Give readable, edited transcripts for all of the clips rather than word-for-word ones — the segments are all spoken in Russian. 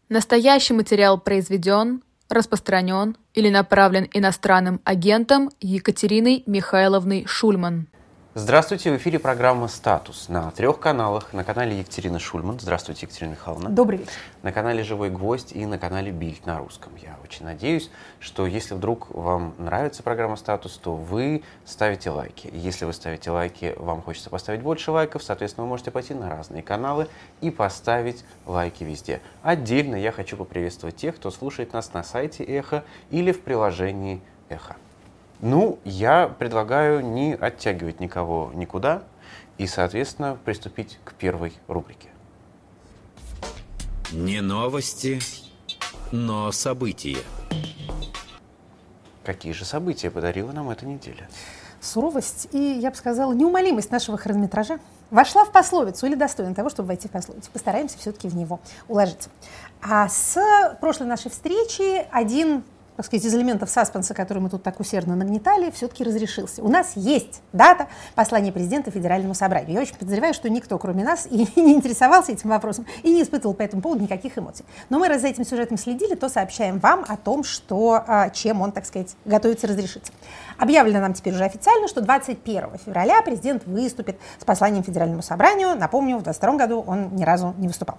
Настоящий материал произведен, распространен или направлен иностранным агентом Екатериной Михайловной Шульман. Здравствуйте, в эфире программа «Статус» на 3 каналах. На канале Екатерины Шульман. Здравствуйте, Екатерина Михайловна. Добрый вечер. На канале «Живой гвоздь» и на канале «Бильд» на русском. Я очень надеюсь, что если вдруг вам нравится программа «Статус», то вы ставите лайки. И если вы ставите лайки, вам хочется поставить больше лайков, соответственно, вы можете пойти на разные каналы и поставить лайки везде. Отдельно я хочу поприветствовать тех, кто слушает нас на сайте «Эхо» или в приложении «Эхо». Я предлагаю не оттягивать никого никуда и, соответственно, приступить к первой рубрике. Не новости, но события. Какие же события подарила нам эта неделя? Суровость и, я бы сказала, неумолимость нашего хронометража вошла в пословицу или достойна того, чтобы войти в пословицу. Постараемся все-таки в него уложиться. А с прошлой нашей встречи один, так сказать, из элементов саспенса, который мы тут так усердно нагнетали, все-таки разрешился. У нас есть дата послания президента Федеральному собранию. Я очень подозреваю, что никто, кроме нас, и не интересовался этим вопросом, и не испытывал по этому поводу никаких эмоций. Но мы, раз за этим сюжетом следили, то сообщаем вам о том, чем он, так сказать, готовится разрешиться. Объявлено нам теперь уже официально, что 21 февраля президент выступит с посланием Федеральному собранию. Напомню, в 2022 году он ни разу не выступал.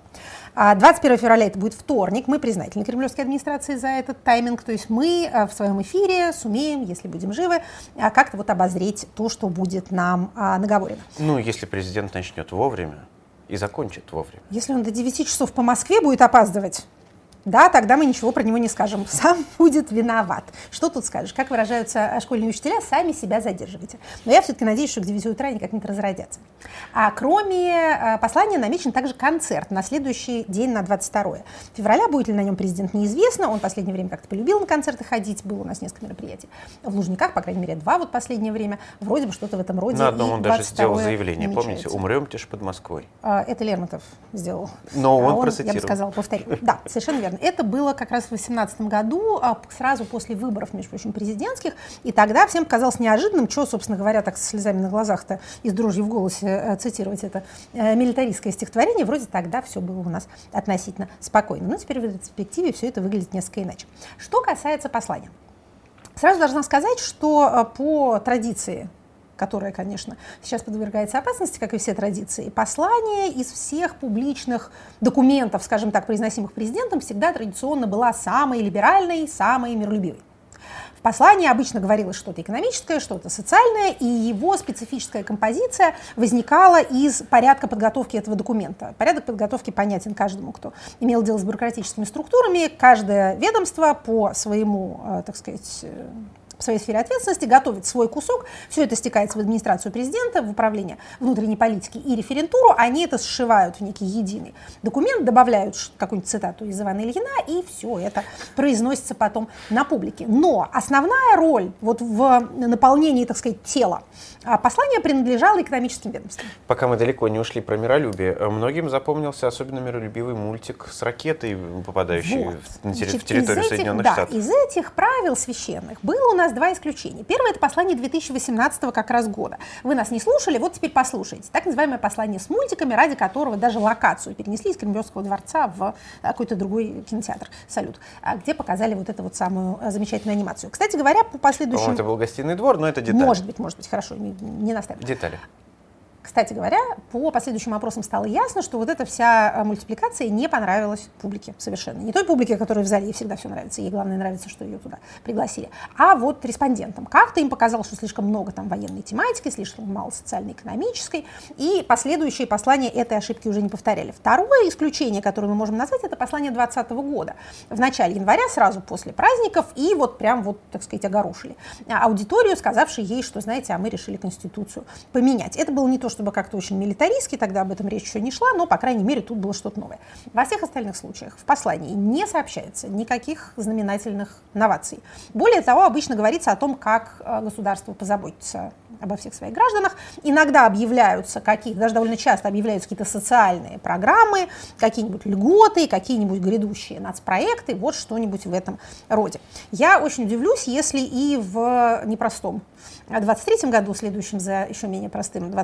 21 февраля это будет вторник. Мы признательны кремлевской администрации за этот тайминг. То есть мы в своем эфире сумеем, если будем живы, как-то обозреть то, что будет нам наговорено. Если президент начнет вовремя и закончит вовремя. Если он до 9 часов по Москве будет опаздывать, да, тогда мы ничего про него не скажем. Сам будет виноват. Что тут скажешь? Как выражаются школьные учителя, сами себя задерживайте. Но я все-таки надеюсь, что к 9 утра они как-нибудь разродятся. А кроме послания намечен также концерт на следующий день, на 22 февраля. Будет ли на нем президент, неизвестно. Он в последнее время как-то полюбил на концерты ходить. Было у нас несколько мероприятий в Лужниках, по крайней мере, 2 последнее время. Вроде бы что-то в этом роде. На одном он даже сделал заявление. Помните, умрем-те ж под Москвой. Это Лермонтов сделал. Но он процитировал. Я бы сказала, повторил. Да, совершенно верно. Это было как раз в 2018 году, сразу после выборов, между прочим, президентских. И тогда всем казалось неожиданным, что, собственно говоря, так со слезами на глазах-то и с дрожью в голосе цитировать это милитаристское стихотворение. Вроде тогда все было у нас относительно спокойно. Но теперь в ретроспективе все это выглядит несколько иначе. Что касается послания. Сразу должна сказать, что по традиции, которая, конечно, сейчас подвергается опасности, как и все традиции, послание из всех публичных документов, скажем так, произносимых президентом, всегда традиционно была самой либеральной, самой миролюбивой. В послании обычно говорилось что-то экономическое, что-то социальное, и его специфическая композиция возникала из порядка подготовки этого документа. Порядок подготовки понятен каждому, кто имел дело с бюрократическими структурами. Каждое ведомство по своему, так сказать, в своей сфере ответственности готовит свой кусок, все это стекается в администрацию президента, в управление внутренней политики и референтуру, они это сшивают в некий единый документ, добавляют какую-нибудь цитату из Ивана Ильина, и все это произносится потом на публике. Но основная роль в наполнении, так сказать, тела послания принадлежала экономическим ведомствам. Пока мы далеко не ушли про миролюбие, многим запомнился особенно миролюбивый мультик с ракетой, попадающей в территорию Соединенных Штатов. Из этих правил священных было у нас 2 исключения. Первое — это послание 2018 как раз года. Вы нас не слушали, вот теперь послушайте. Так называемое послание с мультиками, ради которого даже локацию перенесли из Кремлевского дворца в какой-то другой кинотеатр «Салют», где показали вот эту самую замечательную анимацию. Кстати говоря, по последующим... По-моему, это был гостиный двор, но это детали. Может быть, хорошо, не настаиваю. Детали. Кстати говоря, по последующим опросам стало ясно, что вот эта вся мультипликация не понравилась публике совершенно. Не той публике, которая в зале, ей всегда все нравится, ей главное нравится, что ее туда пригласили, а вот респондентам. Как-то им показалось, что слишком много там военной тематики, слишком мало социально-экономической, и последующие послания этой ошибки уже не повторяли. Второе исключение, которое мы можем назвать, это послание 2020 года. В начале января, сразу после праздников, и так сказать, огорошили аудиторию, сказавшей ей, что, знаете, а мы решили Конституцию поменять. Это было не то, чтобы как-то очень милитаристски, тогда об этом речь еще не шла, но, по крайней мере, тут было что-то новое. Во всех остальных случаях в послании не сообщается никаких знаменательных новаций. Более того, обычно говорится о том, как государство позаботится обо всех своих гражданах. Иногда объявляются даже довольно часто объявляются какие-то социальные программы, какие-нибудь льготы, какие-нибудь грядущие нацпроекты, вот что-нибудь в этом роде. Я очень удивлюсь, если и в непростом 23-м году, следующем за еще менее простым 22-м,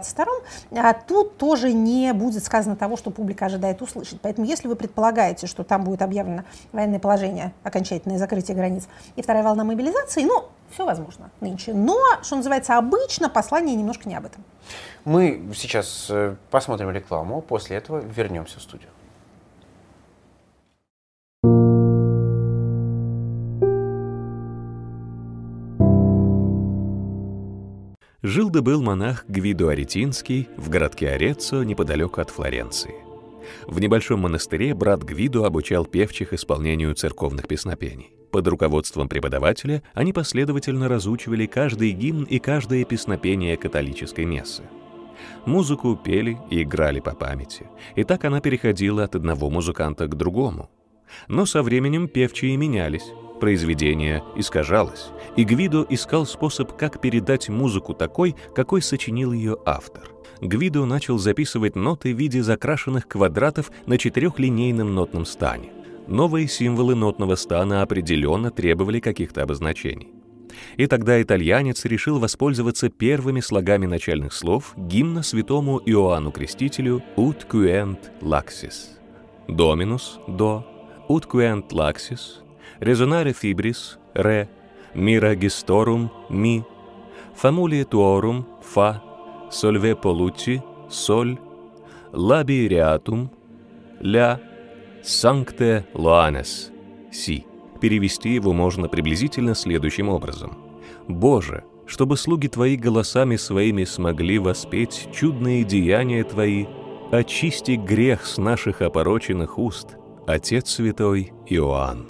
тут тоже не будет сказано того, что публика ожидает услышать. Поэтому если вы предполагаете, что там будет объявлено военное положение, окончательное закрытие границ и вторая волна мобилизации, все возможно нынче. Но, что называется, обычно послание немножко не об этом. Мы сейчас посмотрим рекламу, после этого вернемся в студию. Жил да был монах Гвидо Аретинский в городке Ореццо неподалеку от Флоренции. В небольшом монастыре брат Гвидо обучал певчих исполнению церковных песнопений. Под руководством преподавателя они последовательно разучивали каждый гимн и каждое песнопение католической мессы. Музыку пели и играли по памяти, и так она переходила от одного музыканта к другому. Но со временем певчие менялись, произведение искажалось, и Гвидо искал способ, как передать музыку такой, какой сочинил ее автор. Гвидо начал записывать ноты в виде закрашенных квадратов на 4-линейном нотном стане. Новые символы нотного стана определенно требовали каких-то обозначений. И тогда итальянец решил воспользоваться первыми слогами начальных слов гимна святому Иоанну Крестителю «Ut quent laxis». «Dominus» — «до», «Ut quent laxis», «Resonare fibris» — «ре», «Mira gestorum» — «ми», «Famule tuorum» — «фа», «Solve polluti» — «соль», «Labi reatum» — «ля», «Sancte loanes» — «си». Перевести его можно приблизительно следующим образом. «Боже, чтобы слуги Твои голосами своими смогли воспеть чудные деяния Твои, очисти грех с наших опороченных уст, Отец Святой Иоанн».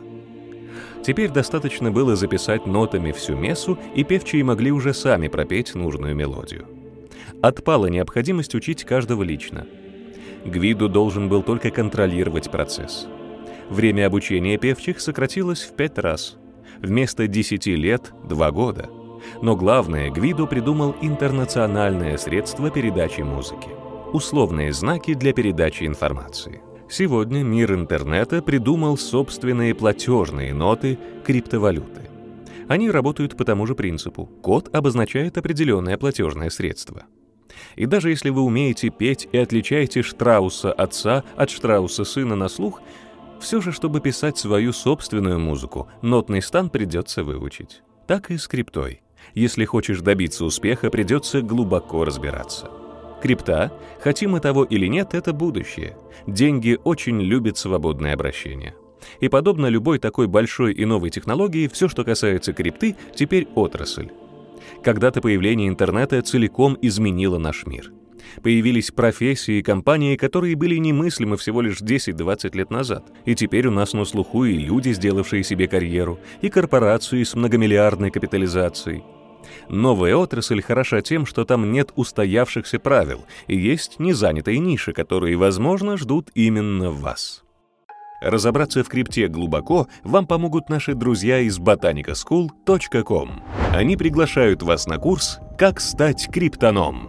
Теперь достаточно было записать нотами всю мессу, и певчие могли уже сами пропеть нужную мелодию. Отпала необходимость учить каждого лично. Гвидо должен был только контролировать процесс. Время обучения певчих сократилось в 5 раз. Вместо 10 лет — 2 года. Но главное, Гвидо придумал интернациональное средство передачи музыки — условные знаки для передачи информации. Сегодня мир интернета придумал собственные платежные ноты — криптовалюты. Они работают по тому же принципу. Код обозначает определенное платежное средство. И даже если вы умеете петь и отличаете Штрауса отца от Штрауса сына на слух, все же, чтобы писать свою собственную музыку, нотный стан придется выучить. Так и с криптой. Если хочешь добиться успеха, придется глубоко разбираться. Крипта, хотим мы того или нет, это будущее. Деньги очень любят свободное обращение. И подобно любой такой большой и новой технологии, все, что касается крипты, теперь отрасль. Когда-то появление интернета целиком изменило наш мир. Появились профессии и компании, которые были немыслимы всего лишь 10-20 лет назад. И теперь у нас на слуху и люди, сделавшие себе карьеру, и корпорации с многомиллиардной капитализацией. Новая отрасль хороша тем, что там нет устоявшихся правил, и есть незанятые ниши, которые, возможно, ждут именно вас. Разобраться в крипте глубоко вам помогут наши друзья из botanicaschool.com. Они приглашают вас на курс «Как стать криптоном».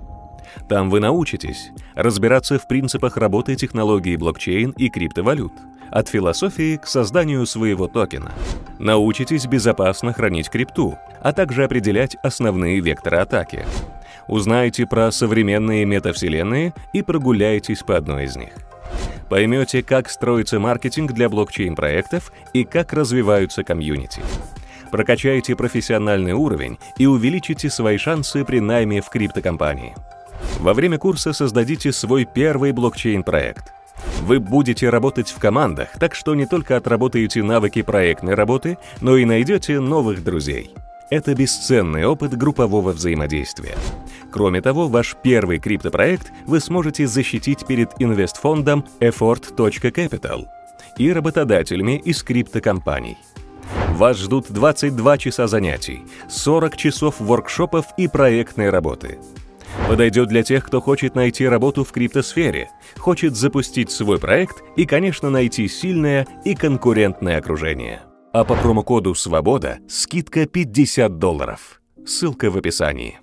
Там вы научитесь разбираться в принципах работы технологий блокчейн и криптовалют, от философии к созданию своего токена. Научитесь безопасно хранить крипту, а также определять основные векторы атаки. Узнаете про современные метавселенные и прогуляетесь по одной из них. Поймете, как строится маркетинг для блокчейн-проектов и как развиваются комьюнити. Прокачаете профессиональный уровень и увеличите свои шансы при найме в криптокомпании. Во время курса создадите свой первый блокчейн-проект. Вы будете работать в командах, так что не только отработаете навыки проектной работы, но и найдете новых друзей. Это бесценный опыт группового взаимодействия. Кроме того, ваш первый криптопроект вы сможете защитить перед инвестфондом Effort.Capital и работодателями из криптокомпаний. Вас ждут 22 часа занятий, 40 часов воркшопов и проектной работы. Подойдет для тех, кто хочет найти работу в криптосфере, хочет запустить свой проект и, конечно, найти сильное и конкурентное окружение. А по промокоду «Свобода» скидка $50. Ссылка в описании.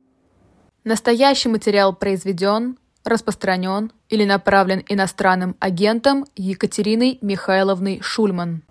Настоящий материал произведен, распространен или направлен иностранным агентом Екатериной Михайловной Шульман.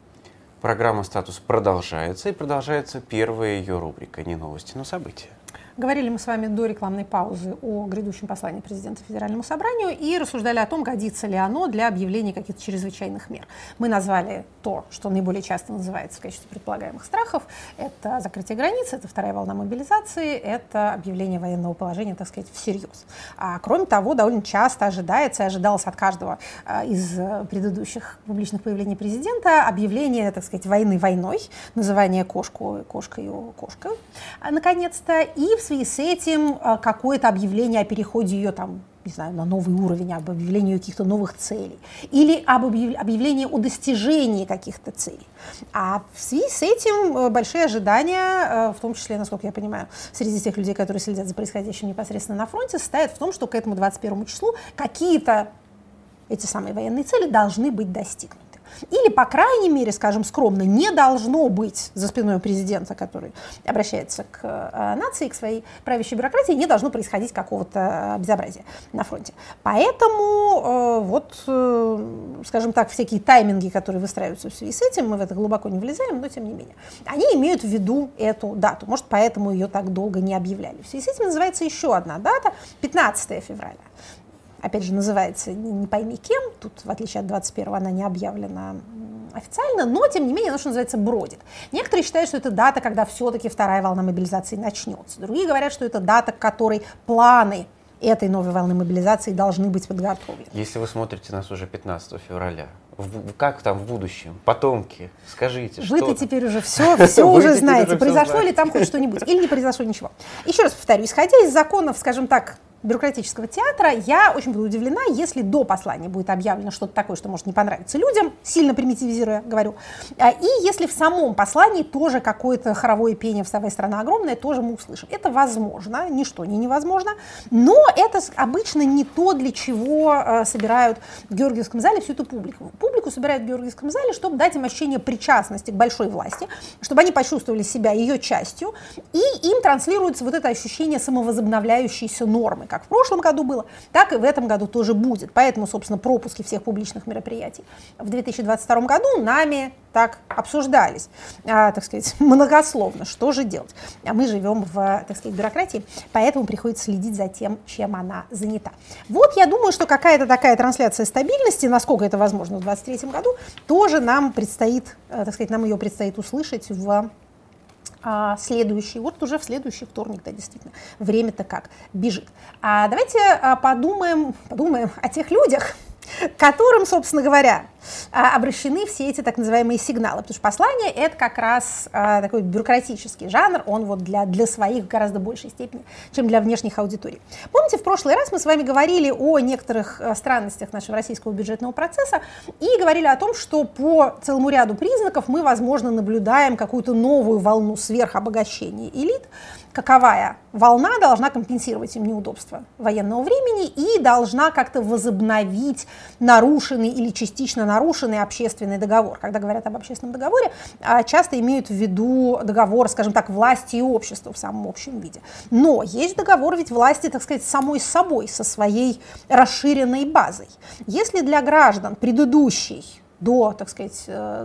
Программа «Статус» продолжается, и продолжается первая ее рубрика «Не новости, но события». Говорили мы с вами до рекламной паузы о грядущем послании президента Федеральному собранию и рассуждали о том, годится ли оно для объявления каких-то чрезвычайных мер. Мы назвали то, что наиболее часто называется в качестве предполагаемых страхов. Это закрытие границ, это вторая волна мобилизации, это объявление военного положения, так сказать, всерьез. А кроме того, довольно часто ожидается и ожидалось от каждого из предыдущих публичных появлений президента объявление, так сказать, войны войной, называние кошкой кошкой, наконец-то, и в связи с этим какое-то объявление о переходе ее там, не знаю, на новый уровень, об объявлении каких-то новых целей, или об объявлении о достижении каких-то целей. А в связи с этим большие ожидания, в том числе, насколько я понимаю, среди тех людей, которые следят за происходящим непосредственно на фронте, состоят в том, что к этому 21 числу какие-то эти самые военные цели должны быть достигнуты. Или, по крайней мере, скажем скромно, не должно быть за спиной президента, который обращается к нации, к своей правящей бюрократии, не должно происходить какого-то безобразия на фронте. Поэтому, скажем так, всякие тайминги, которые выстраиваются в связи с этим, мы в это глубоко не влезаем, но тем не менее, они имеют в виду эту дату. Может, поэтому ее так долго не объявляли. В связи с этим называется еще одна дата, 15 февраля. Опять же, называется не пойми кем, тут, в отличие от 21-го, она не объявлена официально, но, тем не менее, она, что называется, бродит. Некоторые считают, что это дата, когда все-таки вторая волна мобилизации начнется. Другие говорят, что это дата, к которой планы этой новой волны мобилизации должны быть подготовлены. Если вы смотрите нас уже 15 февраля, как там в будущем? Потомки, скажите, что Вы-то теперь уже все уже знаете. Произошло ли там хоть что-нибудь, или не произошло ничего. Еще раз повторю, исходя из законов, скажем так, бюрократического театра, я очень буду удивлена, если до послания будет объявлено что-то такое, что может не понравиться людям, сильно примитивизируя, говорю, и если в самом послании тоже какое-то хоровое пение «Вставай, страна огромная» тоже мы услышим. Это возможно, ничто не невозможно, но это обычно не то, для чего собирают в Георгиевском зале всю эту публику. Публику собирают в Георгиевском зале, чтобы дать им ощущение причастности к большой власти, чтобы они почувствовали себя ее частью, и им транслируется вот это ощущение самовозобновляющейся нормы, как в прошлом году было, так и в этом году тоже будет. Поэтому, собственно, пропуски всех публичных мероприятий в 2022 году нами так обсуждались, так сказать, многословно, что же делать. А мы живем в, так сказать, бюрократии, поэтому приходится следить за тем, чем она занята. Вот я думаю, что какая-то такая трансляция стабильности, насколько это возможно в 2023 году, тоже нам предстоит, так сказать, нам ее предстоит услышать в следующий, вот уже в следующий вторник, да, действительно, время-то как бежит. А давайте подумаем о тех людях, которым, собственно говоря, обращены все эти так называемые сигналы. Потому что послание — это как раз такой бюрократический жанр, он вот для своих в гораздо большей степени, чем для внешних аудиторий. Помните, в прошлый раз мы с вами говорили о некоторых странностях нашего российского бюджетного процесса и говорили о том, что по целому ряду признаков мы, возможно, наблюдаем какую-то новую волну сверхобогащения элит. Каковая волна должна компенсировать им неудобства военного времени и должна как-то возобновить нарушенный или частично нарушенный общественный договор. Когда говорят об общественном договоре, часто имеют в виду договор, скажем так, власти и общества в самом общем виде. Но есть договор ведь власти, так сказать, самой с собой, со своей расширенной базой. Если для граждан предыдущий до, так сказать,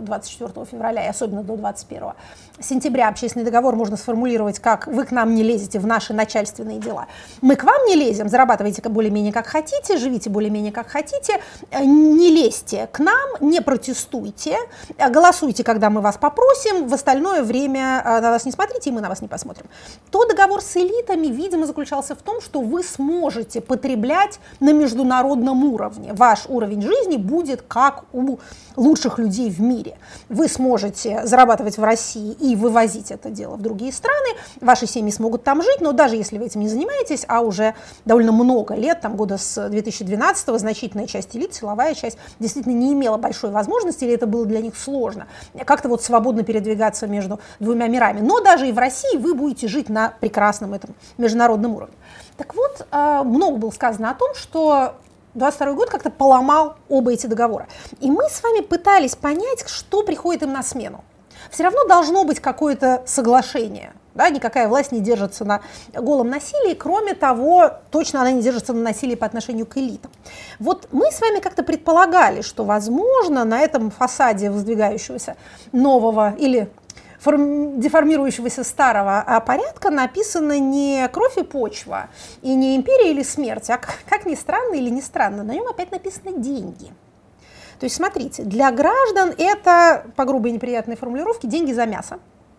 24 февраля и особенно до 21 сентября общественный договор можно сформулировать как «вы к нам не лезете в наши начальственные дела». Мы к вам не лезем, зарабатывайте более-менее как хотите, живите более-менее как хотите, не лезьте к нам, не протестуйте, голосуйте, когда мы вас попросим, в остальное время на нас не смотрите, и мы на вас не посмотрим. То договор с элитами, видимо, заключался в том, что вы сможете потреблять на международном уровне. Ваш уровень жизни будет как у лучших людей в мире. Вы сможете зарабатывать в России и вывозить это дело в другие страны, ваши семьи смогут там жить, но даже если вы этим не занимаетесь, а уже довольно много лет, там года с 2012-го, значительная часть элит, силовая часть, действительно не имела большой возможности, или это было для них сложно, как-то вот свободно передвигаться между двумя мирами. Но даже и в России вы будете жить на прекрасном этом международном уровне. Так вот, много было сказано о том, что 22 год как-то поломал оба эти договора. И мы с вами пытались понять, что приходит им на смену. Все равно должно быть какое-то соглашение. Да? Никакая власть не держится на голом насилии. Кроме того, точно она не держится на насилии по отношению к элитам. Вот мы с вами как-то предполагали, что, возможно, на этом фасаде воздвигающегося нового или деформирующегося старого порядка написано не «Кровь и почва» и не «Империя или смерть», а, как ни странно или не странно, на нем опять написано «деньги». То есть, смотрите, для граждан это, по грубой неприятной формулировке, деньги за мясо.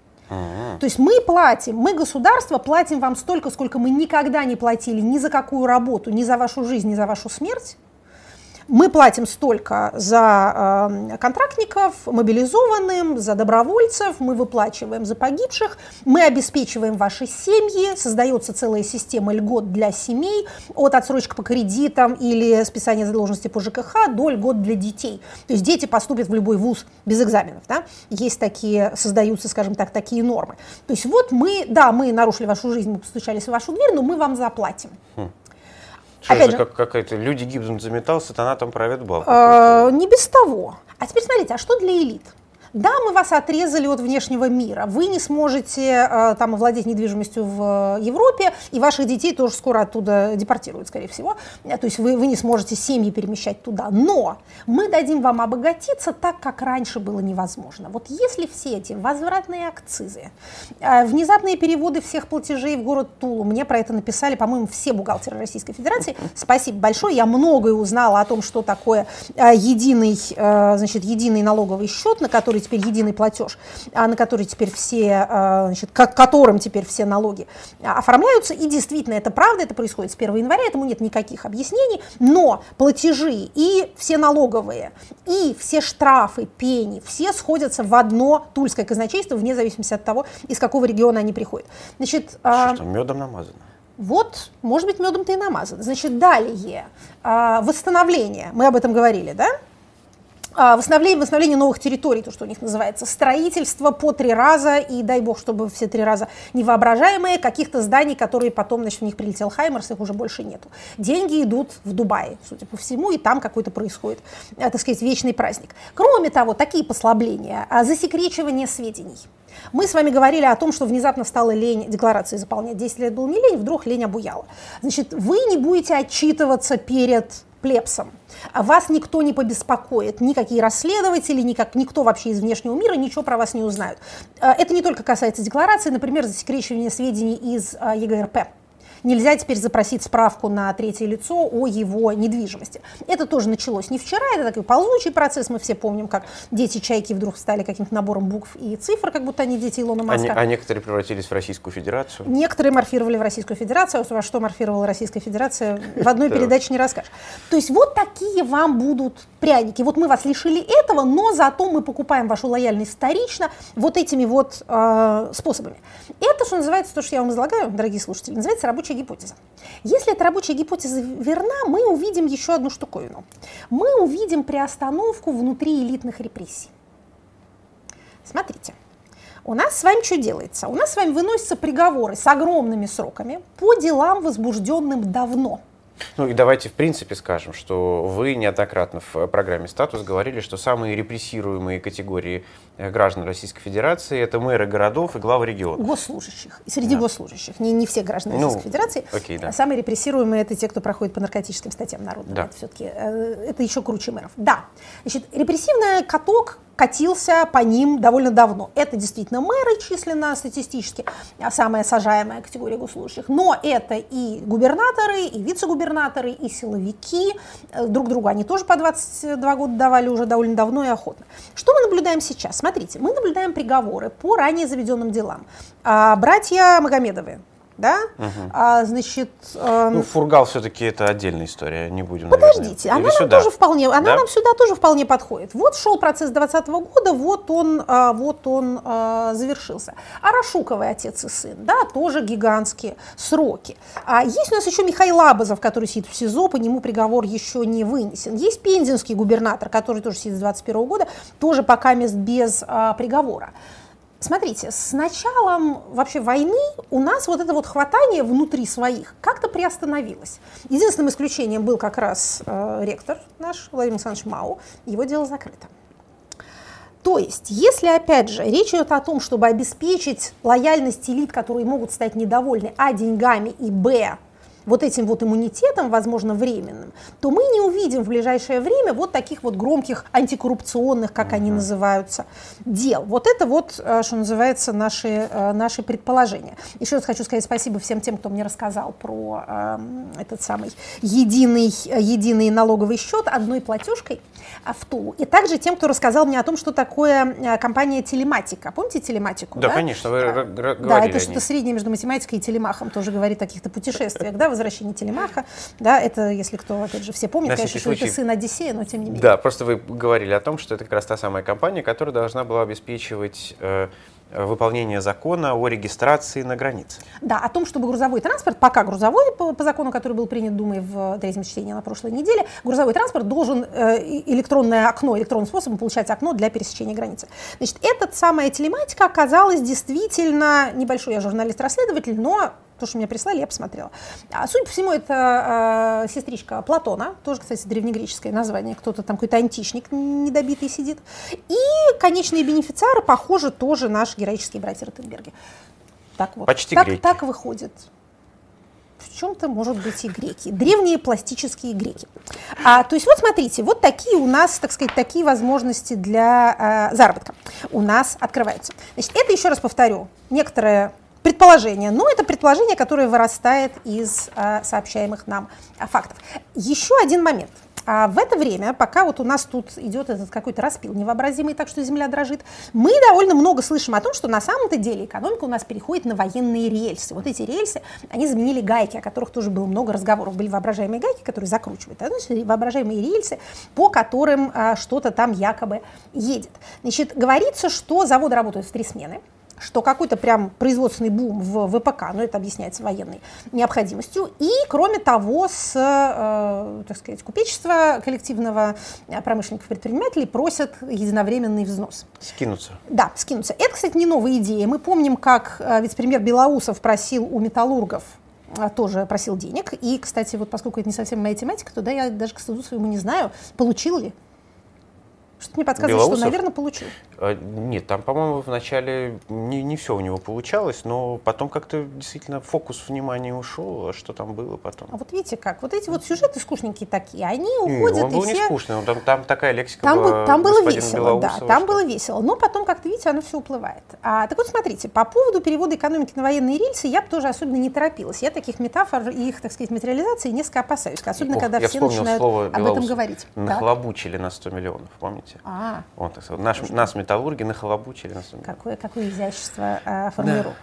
То есть мы платим, мы, государство, платим вам столько, сколько мы никогда не платили ни за какую работу, ни за вашу жизнь, ни за вашу смерть. Мы платим столько за контрактников, мобилизованным, за добровольцев, мы выплачиваем за погибших, мы обеспечиваем ваши семьи, создается целая система льгот для семей, от отсрочек по кредитам или списания задолженности по ЖКХ до льгот для детей. То есть дети поступят в любой вуз без экзаменов. Да? Есть такие, создаются, скажем так, такие нормы. То есть вот мы, да, мы нарушили вашу жизнь, мы постучались в вашу дверь, но мы вам заплатим. Опять же, какая-то люди гибнут за металл, сатана там правит бал. Не без того. А теперь смотрите, а что для элит? Да, мы вас отрезали от внешнего мира, вы не сможете там овладеть недвижимостью в Европе, и ваших детей тоже скоро оттуда депортируют, скорее всего. То есть вы не сможете семьи перемещать туда. Но мы дадим вам обогатиться так, как раньше было невозможно. Вот если все эти возвратные акцизы, внезапные переводы всех платежей в город Тулу, мне про это написали, по-моему, все бухгалтеры Российской Федерации. Спасибо большое, я многое узнала о том, что такое единый налоговый счет, на который теперь единый платеж, на который теперь все, которым теперь все налоги оформляются. И действительно, это правда, это происходит с 1 января, этому нет никаких объяснений, но платежи и все налоговые, и все штрафы, пени, все сходятся в одно тульское казначейство, вне зависимости от того, из какого региона они приходят. Значит, что, медом намазано? Вот, может быть, медом-то и намазано. Значит, далее, восстановление, мы об этом говорили, да? Восстановление новых территорий, то, что у них называется, строительство по 3 раза, и дай бог, чтобы все 3 раза невоображаемые, каких-то зданий, которые потом, значит, в них прилетел Хаймерс, их уже больше нету. Деньги идут в Дубае, судя по всему, и там какой-то происходит, так сказать, вечный праздник. Кроме того, такие послабления, засекречивание сведений. Мы с вами говорили о том, что внезапно стала лень декларации заполнять. 10 лет был не лень, вдруг лень обуяла. Значит, вы не будете отчитываться перед плебсом. Вас никто не побеспокоит, никакие расследователи, никто вообще из внешнего мира ничего про вас не узнают. Это не только касается декларации, например, засекречивания сведений из ЕГРП. Нельзя теперь запросить справку на третье лицо о его недвижимости. Это тоже началось не вчера, это такой ползучий процесс. Мы все помним, как дети Чайки вдруг стали каким-то набором букв и цифр, как будто они дети Илона Маска. А некоторые превратились в Российскую Федерацию? Некоторые морфировали в Российскую Федерацию. Во что морфировала Российская Федерация, в одной передаче не расскажешь. То есть вот такие вам будут пряники. Вот мы вас лишили этого, но зато мы покупаем вашу лояльность вторично вот этими вот способами. Это, что называется, то, что я вам излагаю, дорогие слушатели, называется рабочая гипотеза. Если эта рабочая гипотеза верна, мы увидим еще одну штуковину. Мы увидим приостановку внутри элитных репрессий. Смотрите, у нас с вами что делается? У нас с вами выносятся приговоры с огромными сроками по делам, возбужденным давно. Ну и давайте в принципе скажем, что вы неоднократно в программе «Статус» говорили, что самые репрессируемые категории граждан Российской Федерации — это мэры городов и главы регионов. Госслужащих. И среди госслужащих. Не все граждане Российской Федерации. Окей, да. Самые репрессируемые — это те, кто проходит по наркотическим статьям народным. Да. Это все-таки это еще круче мэров. Да. Значит, репрессивный каток катился по ним довольно давно. Это действительно мэры численно статистически, самая сажаемая категория госслужащих. Но это и губернаторы, и вице-губернаторы, и силовики. Друг другу они тоже по 22 года давали уже довольно давно и охотно. Что мы наблюдаем сейчас? Смотрите, мы наблюдаем приговоры по ранее заведенным делам. Братья Магомедовы. Да? Значит, Фургал все-таки это отдельная история, не будем. Подождите, наверное. Она нам сюда тоже вполне подходит. Вот шел процесс 2020 года, вот он завершился. Арашуковый отец и сын, да, тоже гигантские сроки. Есть у нас еще Михаил Абазов, который сидит в СИЗО, по нему приговор еще не вынесен. Есть пензенский губернатор, который тоже сидит с 2021 года, тоже пока мест без приговора. Смотрите, с началом вообще войны у нас вот это вот хватание внутри своих как-то приостановилось. Единственным исключением был как раз ректор наш, Владимир Александрович Мау, его дело закрыто. То есть, если, опять же, речь идет о том, чтобы обеспечить лояльность элит, которые могут стать недовольны, а деньгами, и, б, вот этим вот иммунитетом, возможно, временным, то мы не увидим в ближайшее время вот таких вот громких антикоррупционных, как они называются, дел. Вот это вот, что называется, наши предположения. Еще раз хочу сказать спасибо всем тем, кто мне рассказал про этот самый единый налоговый счет одной платежкой в Тулу. И также тем, кто рассказал мне о том, что такое компания телематика. Помните телематику? Да, конечно, вы говорили. Да, это что-то среднее между математикой и телемахом. Тоже говорит о каких-то путешествиях, да, возвращение телемаха. Да, это, если кто, опять же, все помнят, конечно, что это сын Одиссея, но тем не менее. Да, просто вы говорили о том, что это как раз та самая компания, которая должна была обеспечивать выполнение закона о регистрации на границе. Да, о том, чтобы грузовой транспорт, пока грузовой, по закону, который был принят Думой в третьем чтении на прошлой неделе, грузовой транспорт должен электронным способом получать окно для пересечения границы. Значит, эта самая телематика оказалась действительно небольшой, я журналист-расследователь, но то, что мне прислали, я посмотрела. Судя по всему, это сестричка Платона, тоже, кстати, древнегреческое название, кто-то там какой-то античник недобитый сидит. И конечные бенефициары, похоже, тоже наши героические братья Ротенберги. Так вот. Почти греки. Так выходит. В чем-то, может быть, и греки. Древние пластические греки. То есть вот смотрите, вот такие у нас, так сказать, такие возможности для заработка у нас открываются. Значит, это, еще раз повторю, некоторые предположение, но это предположение, которое вырастает из сообщаемых нам фактов. Еще один момент. В это время, пока вот у нас тут идет этот какой-то распил невообразимый, так что земля дрожит, мы довольно много слышим о том, что на самом-то деле экономика у нас переходит на военные рельсы. Вот эти рельсы, они заменили гайки, о которых тоже было много разговоров. Были воображаемые гайки, которые закручивают, а значит, воображаемые рельсы, по которым что-то там якобы едет. Значит, говорится, что заводы работают в 3 смены, что какой-то прям производственный бум в ВПК, но это объясняется военной необходимостью. И, кроме того, так сказать, купечества коллективного промышленников-предпринимателей просят единовременный взнос. Скинуться. Да, скинуться. Это, кстати, не новая идея. Мы помним, как вице-премьер Белоусов просил у металлургов, тоже просил денег. И, кстати, вот поскольку это не совсем моя тематика, то да, я даже к стыду своему не знаю, получил ли. Что-то мне подсказывает, Белоусов? что, наверное, получил. Нет, там, по-моему, вначале не все у него получалось, но потом как-то действительно фокус внимания ушел, а что там было потом. А вот видите как, вот эти вот сюжеты скучненькие такие, они уходят, он был и все... не скучный, там такая лексика Там было господина весело, Белоусова, да, там что... было весело, но потом, как-то, видите, оно все уплывает. Так вот, смотрите, по поводу перевода экономики на военные рельсы я бы тоже особенно не торопилась. Я таких метафор и их, так сказать, материализации несколько опасаюсь, особенно когда все начинают об этом говорить. Нахлобучили на 100 миллионов, помните? Он, так сказать, нас металлурги нахлобучили на 100 миллионов. Какое изящество формулировок.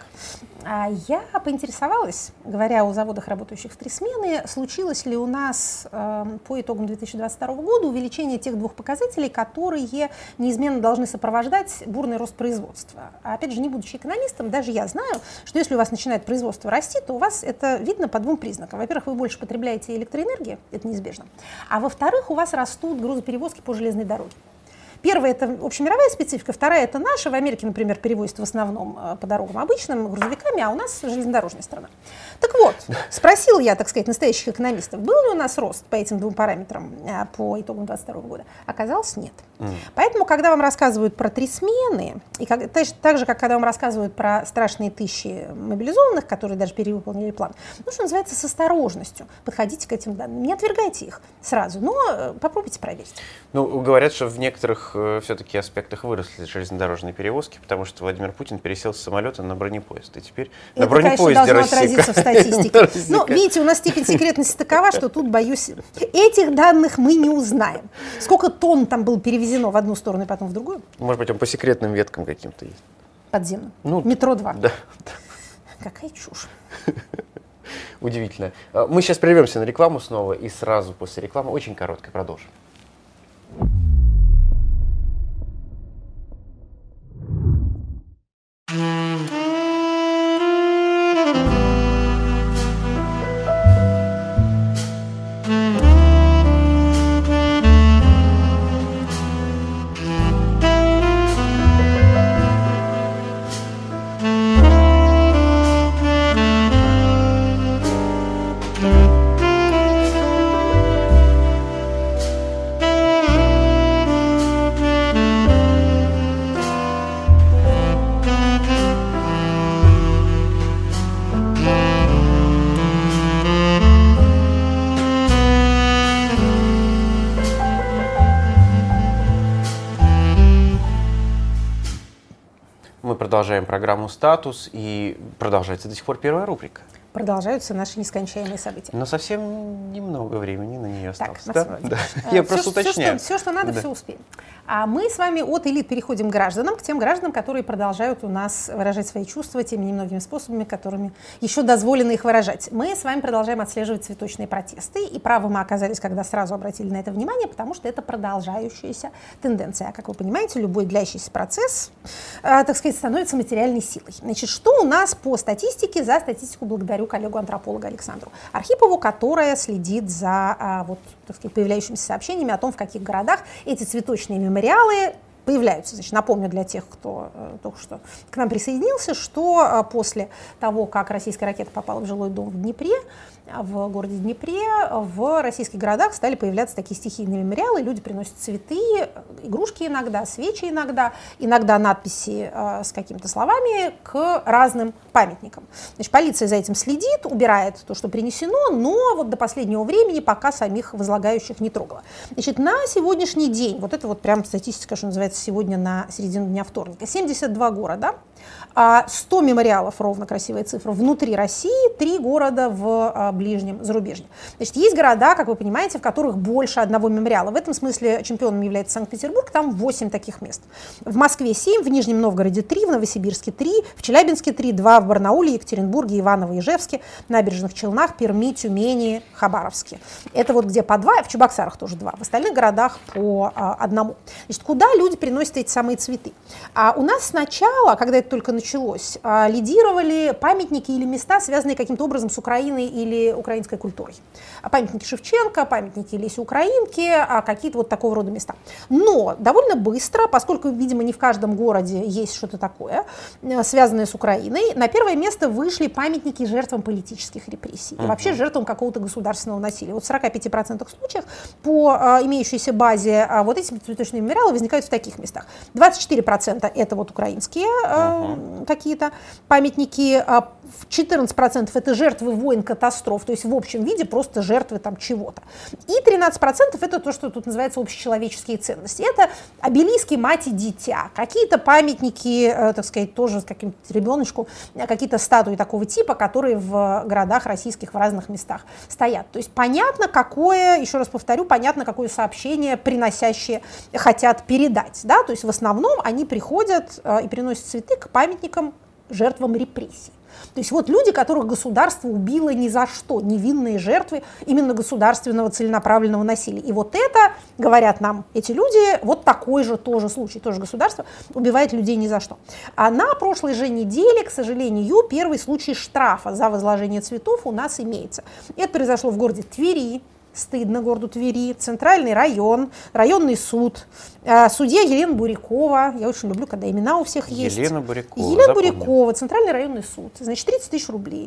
Я поинтересовалась, говоря о заводах, работающих в 3 смены, случилось ли у нас по итогам 2022 года увеличение тех 2 показателей, которые неизменно должны сопровождать бурный рост производства. Опять же, не будучи экономистом, даже я знаю, что если у вас начинает производство расти, то у вас это видно по 2 признакам. Во-первых, вы больше потребляете электроэнергии, это неизбежно. А во-вторых, у вас растут грузоперевозки по железной дороге. Первая – это общемировая специфика, вторая – это наша. В Америке, например, перевозят в основном по дорогам обычным, грузовиками, а у нас железнодорожная страна. Так вот, спросила я, так сказать, настоящих экономистов, был ли у нас рост по этим 2 параметрам по итогам 2022 года? Оказалось, нет. Поэтому, когда вам рассказывают про 3 смены, и так же, как когда вам рассказывают про страшные тысячи мобилизованных, которые даже перевыполнили план, ну, что называется, с осторожностью подходите к этим данным. Не отвергайте их сразу, но попробуйте проверить. Ну, говорят, что в некоторых все-таки аспектах выросли железнодорожные перевозки, потому что Владимир Путин пересел с самолета на бронепоезд. И теперь на бронепоезде конечно, должно отразиться в статистике. Но, видите, у нас степень секретности такова, что тут, боюсь, этих данных мы не узнаем. Сколько тонн там было перевезено в одну сторону и потом в другую? Может быть, он по секретным веткам каким-то есть. Подземным. Ну, метро 2. Да. Какая чушь. Удивительно. Мы сейчас прервемся на рекламу снова, и сразу после рекламы, очень короткой, продолжим. мы продолжаем программу «Статус», и продолжается до сих пор первая рубрика. Продолжаются наши нескончаемые события. Но совсем немного времени на нее осталось. Так, да? Да. Я просто уточняю. Все, что надо, все успеем. А мы с вами от элит переходим к гражданам, к тем гражданам, которые продолжают у нас выражать свои чувства теми немногими способами, которыми еще дозволено их выражать. Мы с вами продолжаем отслеживать цветочные протесты, и правы мы оказались, когда сразу обратили на это внимание, потому что это продолжающаяся тенденция. А как вы понимаете, любой длящийся процесс, так сказать, становится материальной силой. Значит, что у нас по статистике? За статистику благодарю коллегу-антрополога Александру Архипову, которая следит за вот, так сказать, появляющимися сообщениями о том, в каких городах эти цветочные мемориалы появляются. Значит, напомню для тех, кто только что к нам присоединился, что после того, как российская ракета попала в жилой дом в Днепре, в городе Днепре, в российских городах стали появляться такие стихийные мемориалы. Люди приносят цветы, игрушки иногда, свечи иногда надписи с какими-то словами к разным памятникам. Значит, полиция за этим следит, убирает то, что принесено, но вот до последнего времени пока самих возлагающих не трогала. Значит, на сегодняшний день, вот это вот прям статистика, что называется, сегодня на середину дня вторника, 72 города, 100 мемориалов, ровно красивая цифра, внутри России, 3 города в ближнем зарубежье. Значит, есть города, как вы понимаете, в которых больше одного мемориала. В этом смысле чемпионом является Санкт-Петербург, там 8 таких мест. В Москве 7, в Нижнем Новгороде 3, в Новосибирске 3, в Челябинске 3, 2 в Барнауле, Екатеринбурге, Иваново, Ижевске, Набережных Челнах, Перми, Тюмени, Хабаровске. Это вот где по 2, в Чебоксарах тоже 2, в остальных городах по 1. Значит, куда люди приносят эти самые цветы? А у нас сначала, когда это только началось, лидировали памятники или места, связанные каким-то образом с Украиной или украинской культурой. Памятники Шевченко, памятники Лесе Украинки, какие-то вот такого рода места. Но довольно быстро, поскольку, видимо, не в каждом городе есть что-то такое, связанное с Украиной, на первое место вышли памятники жертвам политических репрессий и вообще жертвам какого-то государственного насилия. Вот в 45% случаев по имеющейся базе вот эти цветочные мемориалы возникают в таких местах. 24% это вот украинские какие-то памятники, 14% это жертвы войн, катастроф, то есть в общем виде просто жертвы там чего-то. И 13% это то, что тут называется общечеловеческие ценности. Это обелиски мать и дитя, какие-то памятники, так сказать, тоже с каким-то ребеночку, какие-то статуи такого типа, которые в городах российских в разных местах стоят. То есть понятно, какое, еще раз повторю, понятно, какое сообщение приносящие хотят передать. Да? То есть в основном они приходят и приносят цветы к памятникам жертвам репрессий. То есть вот люди, которых государство убило ни за что, невинные жертвы именно государственного целенаправленного насилия. И вот это, говорят нам эти люди, вот такой же тоже случай, тоже государство убивает людей ни за что. А на прошлой же неделе, к сожалению, первый случай штрафа за возложение цветов у нас имеется. Это произошло в городе Твери. Стыдно городу Твери, центральный район, районный суд, судья Елена Бурякова, я очень люблю, когда имена у всех есть. Елена Бурякова, Елена Бурякова, центральный районный суд, значит, 30 тысяч рублей.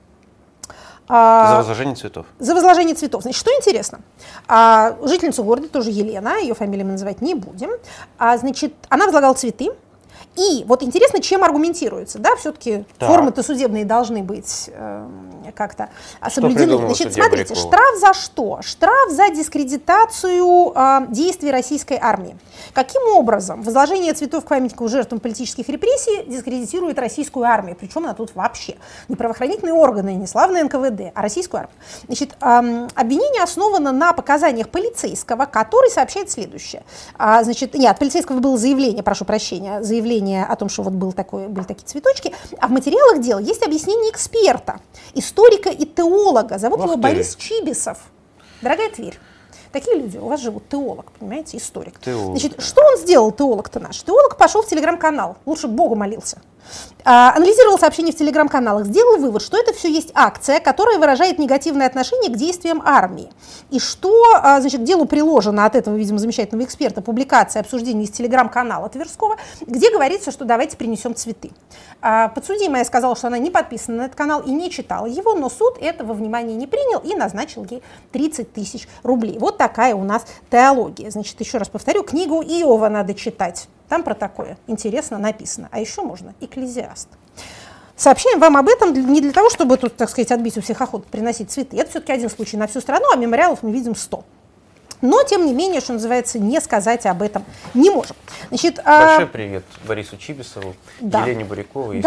За возложение цветов. За возложение цветов. Значит, что интересно, жительницу города, тоже Елена, ее фамилию мы называть не будем, значит, она возлагала цветы. И вот интересно, чем аргументируется, да, все-таки формы-то судебные должны быть как-то соблюдены. Значит, смотрите, штраф за что? Штраф за дискредитацию действий российской армии. Каким образом возложение цветов к памятнику жертвам политических репрессий дискредитирует российскую армию? Причем она тут вообще не правоохранительные органы, не славное НКВД, а российскую армию. Значит, обвинение основано на показаниях полицейского, который сообщает следующее. Значит, нет, от полицейского было заявление, прошу прощения, заявление о том, что вот были такие цветочки, а в материалах дела есть объяснение эксперта, историка и теолога. Зовут его Борис Чибисов. Дорогая Тверь, такие люди у вас живут, теолог, понимаете, историк. Значит, что он сделал, теолог-то наш? Теолог пошел в телеграм-канал, лучше Богу молился. Анализировал сообщения в телеграм-каналах, сделал вывод, что это все есть акция, которая выражает негативное отношение к действиям армии. И что, значит, к делу приложена от этого, видимо, замечательного эксперта публикация обсуждения из телеграм-канала Тверского, где говорится, что давайте принесем цветы. Подсудимая сказала, что она не подписана на этот канал и не читала его, но суд этого внимания не принял и назначил ей 30 тысяч рублей. Вот такая у нас теология. Значит, еще раз повторю, книгу Иова надо читать. Там про такое интересно написано. А еще можно Экклезиаст. Сообщаем вам об этом не для того, чтобы тут, так сказать, отбить у всех охоту приносить цветы. Это все-таки один случай на всю страну, а мемориалов мы видим 100. Но, тем не менее, что называется, не сказать об этом не можем. Значит, большой привет Борису Чибисову, да. Елене Буряковой и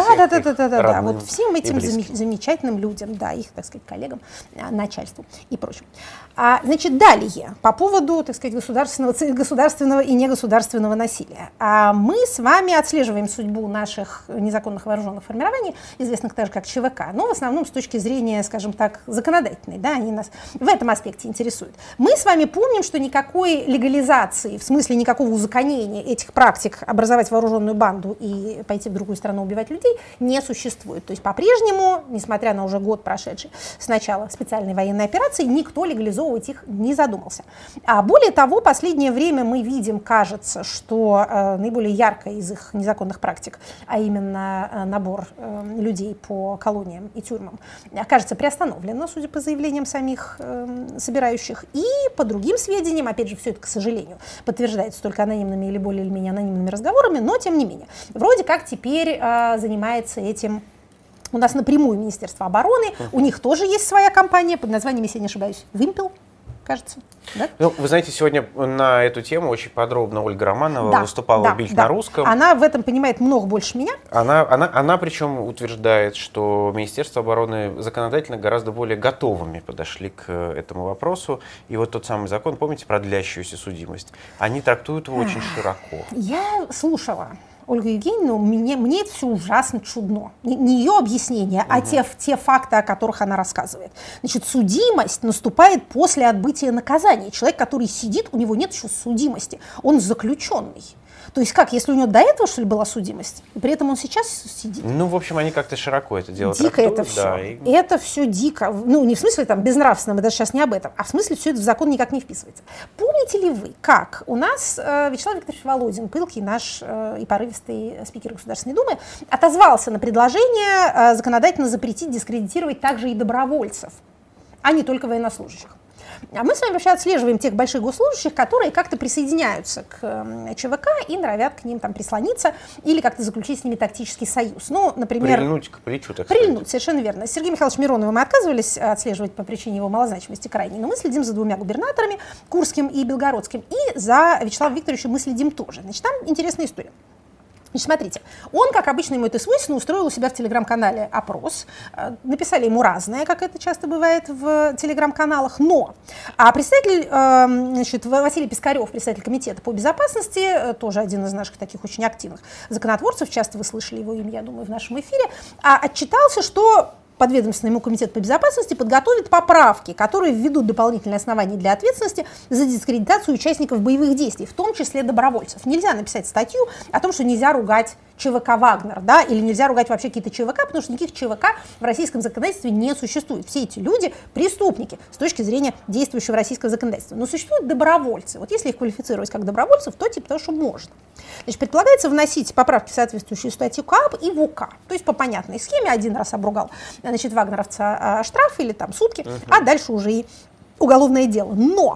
да. Вот всем этим замечательным людям, да, их, так сказать, коллегам, начальству и прочим. Значит, далее, по поводу, так сказать, государственного и негосударственного насилия. Мы с вами отслеживаем судьбу наших незаконных вооруженных формирований, известных также как ЧВК, но в основном с точки зрения, скажем так, законодательной, да, они нас в этом аспекте интересуют. Мы с вами помним, что никакой легализации, в смысле никакого узаконения этих практик образовать вооруженную банду и пойти в другую страну убивать людей не существует. То есть по-прежнему, несмотря на уже год прошедший с начала специальной военной операции, никто легализовывать их не задумался. А более того, последнее время мы видим, кажется, что наиболее яркая из их незаконных практик, а именно набор людей по колониям и тюрьмам, кажется, приостановлено, судя по заявлениям самих собирающих. И по другим сведениям, опять же, все это, к сожалению, подтверждается только анонимными или более или менее анонимными разговорами, но тем не менее. Вроде как теперь занимается этим у нас напрямую Министерство обороны, у них тоже есть своя компания под названием, если я не ошибаюсь, «Вымпел», кажется. Да? Ну, вы знаете, сегодня на эту тему очень подробно Ольга Романова выступала в «Бильд на русском». Она в этом понимает много больше меня. Она причем утверждает, что Министерство обороны законодательно гораздо более готовыми подошли к этому вопросу. И вот тот самый закон, помните, про длящуюся судимость, они трактуют его очень широко. Я слушала Ольгу Евгеньевну, мне это все ужасно чудно. Не ее объяснение, а те факты, о которых она рассказывает. Значит, судимость наступает после отбытия наказания. Человек, который сидит, у него нет еще судимости, он заключенный. То есть как, если у него до этого, что ли, была судимость, и при этом он сейчас сидит? Ну, в общем, они как-то широко это дело дико трактуют. Это все. Да, это все дико. Ну, не в смысле там безнравственно, мы даже сейчас не об этом, а в смысле все это в закон никак не вписывается. Помните ли вы, как у нас Вячеслав Викторович Володин, пылкий наш и порывистый спикер Государственной Думы, отозвался на предложение законодательно запретить дискредитировать также и добровольцев, а не только военнослужащих. А мы с вами вообще отслеживаем тех больших госслужащих, которые как-то присоединяются к ЧВК и норовят к ним там прислониться или как-то заключить с ними тактический союз. Ну, например... Прильнуть к плечу, так сказать. Прильнуть, совершенно верно. Сергея Михайловича Миронова мы отказывались отслеживать по причине его малозначимости крайней, но мы следим за двумя губернаторами, Курским и Белгородским, и за Вячеславом Викторовичем мы следим тоже. Значит, там интересная история. Значит, смотрите, он, как обычно ему это свойственно, устроил у себя в телеграм-канале опрос. Написали ему разное, как это часто бывает в телеграм-каналах, но представитель, значит, Василий Пискарев, представитель комитета по безопасности, тоже один из наших таких очень активных законотворцев, часто вы слышали его имя, я думаю, в нашем эфире, отчитался, что подведомственный ему комитет по безопасности подготовит поправки, которые введут дополнительные основания для ответственности за дискредитацию участников боевых действий, в том числе добровольцев. Нельзя написать статью о том, что нельзя ругать ЧВК «Вагнер», да, или нельзя ругать вообще какие-то ЧВК, потому что никаких ЧВК в российском законодательстве не существует. Все эти люди преступники с точки зрения действующего российского законодательства. Но существуют добровольцы. Вот если их квалифицировать как добровольцев, то типа того, что можно. Значит, предполагается вносить поправки в соответствующую статью КАП и в УК. То есть по понятной схеме один раз обругал, значит, вагнеровца штраф или там сутки, а дальше уже и уголовное дело.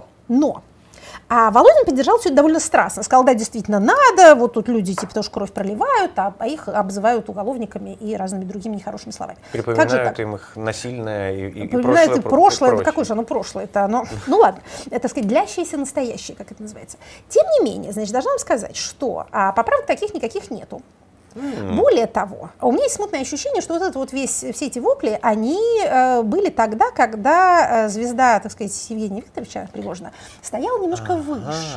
Но Володин поддержал все это довольно страстно. Сказал, да, действительно надо, вот тут люди типа тоже кровь проливают, а их обзывают уголовниками и разными другими нехорошими словами. Припоминают им их насильное и прошлое. Какое же оно прошлое? Это оно, ну ладно, это, так сказать, длящееся настоящее, как это называется. Тем не менее, значит, должна вам сказать, что поправок таких никаких нету. Более того, у меня есть смутное ощущение, что вот это вот все эти вопли, они были тогда, когда звезда, так сказать, Евгения Викторовича Пригожина стояла немножко выше.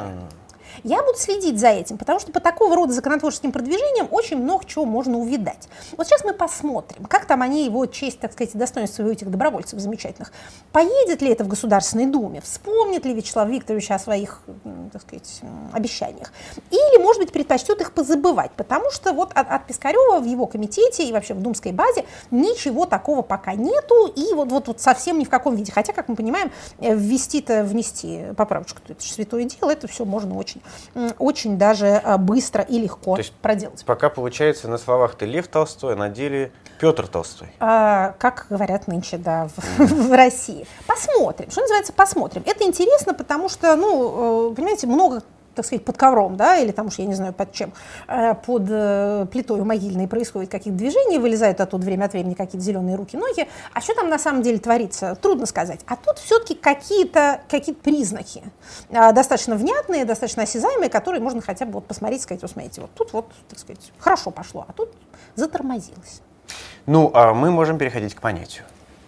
Я буду следить за этим, потому что по такого рода законотворческим продвижениям очень много чего можно увидать. Вот сейчас мы посмотрим, как там они его честь, так сказать, достоинство этих добровольцев замечательных. Поедет ли это в Государственной Думе? Вспомнит ли Вячеслав Викторович о своих, так сказать, обещаниях? Или, может быть, предпочтет их позабывать? Потому что вот от Пискарева в его комитете и вообще в думской базе ничего такого пока нету, и вот совсем ни в каком виде. Хотя, как мы понимаем, внести поправочку, это же святое дело, это все можно очень даже быстро и легко проделать. Пока получается на словах ты Лев Толстой, а на деле Петр Толстой. Как говорят нынче, да, в России. Посмотрим. Что называется посмотрим? Это интересно, потому что, понимаете, много так сказать, под ковром, да, или там уж я не знаю под чем, под плитой могильной происходит какие-то движения, вылезают оттуда время от времени какие-то зеленые руки, ноги, а что там на самом деле творится, трудно сказать. А тут все-таки какие-то признаки достаточно внятные, достаточно осязаемые, которые можно хотя бы вот посмотреть, сказать, вот смотрите, вот тут вот, так сказать, хорошо пошло, а тут затормозилось. Ну, а мы можем переходить к понятию.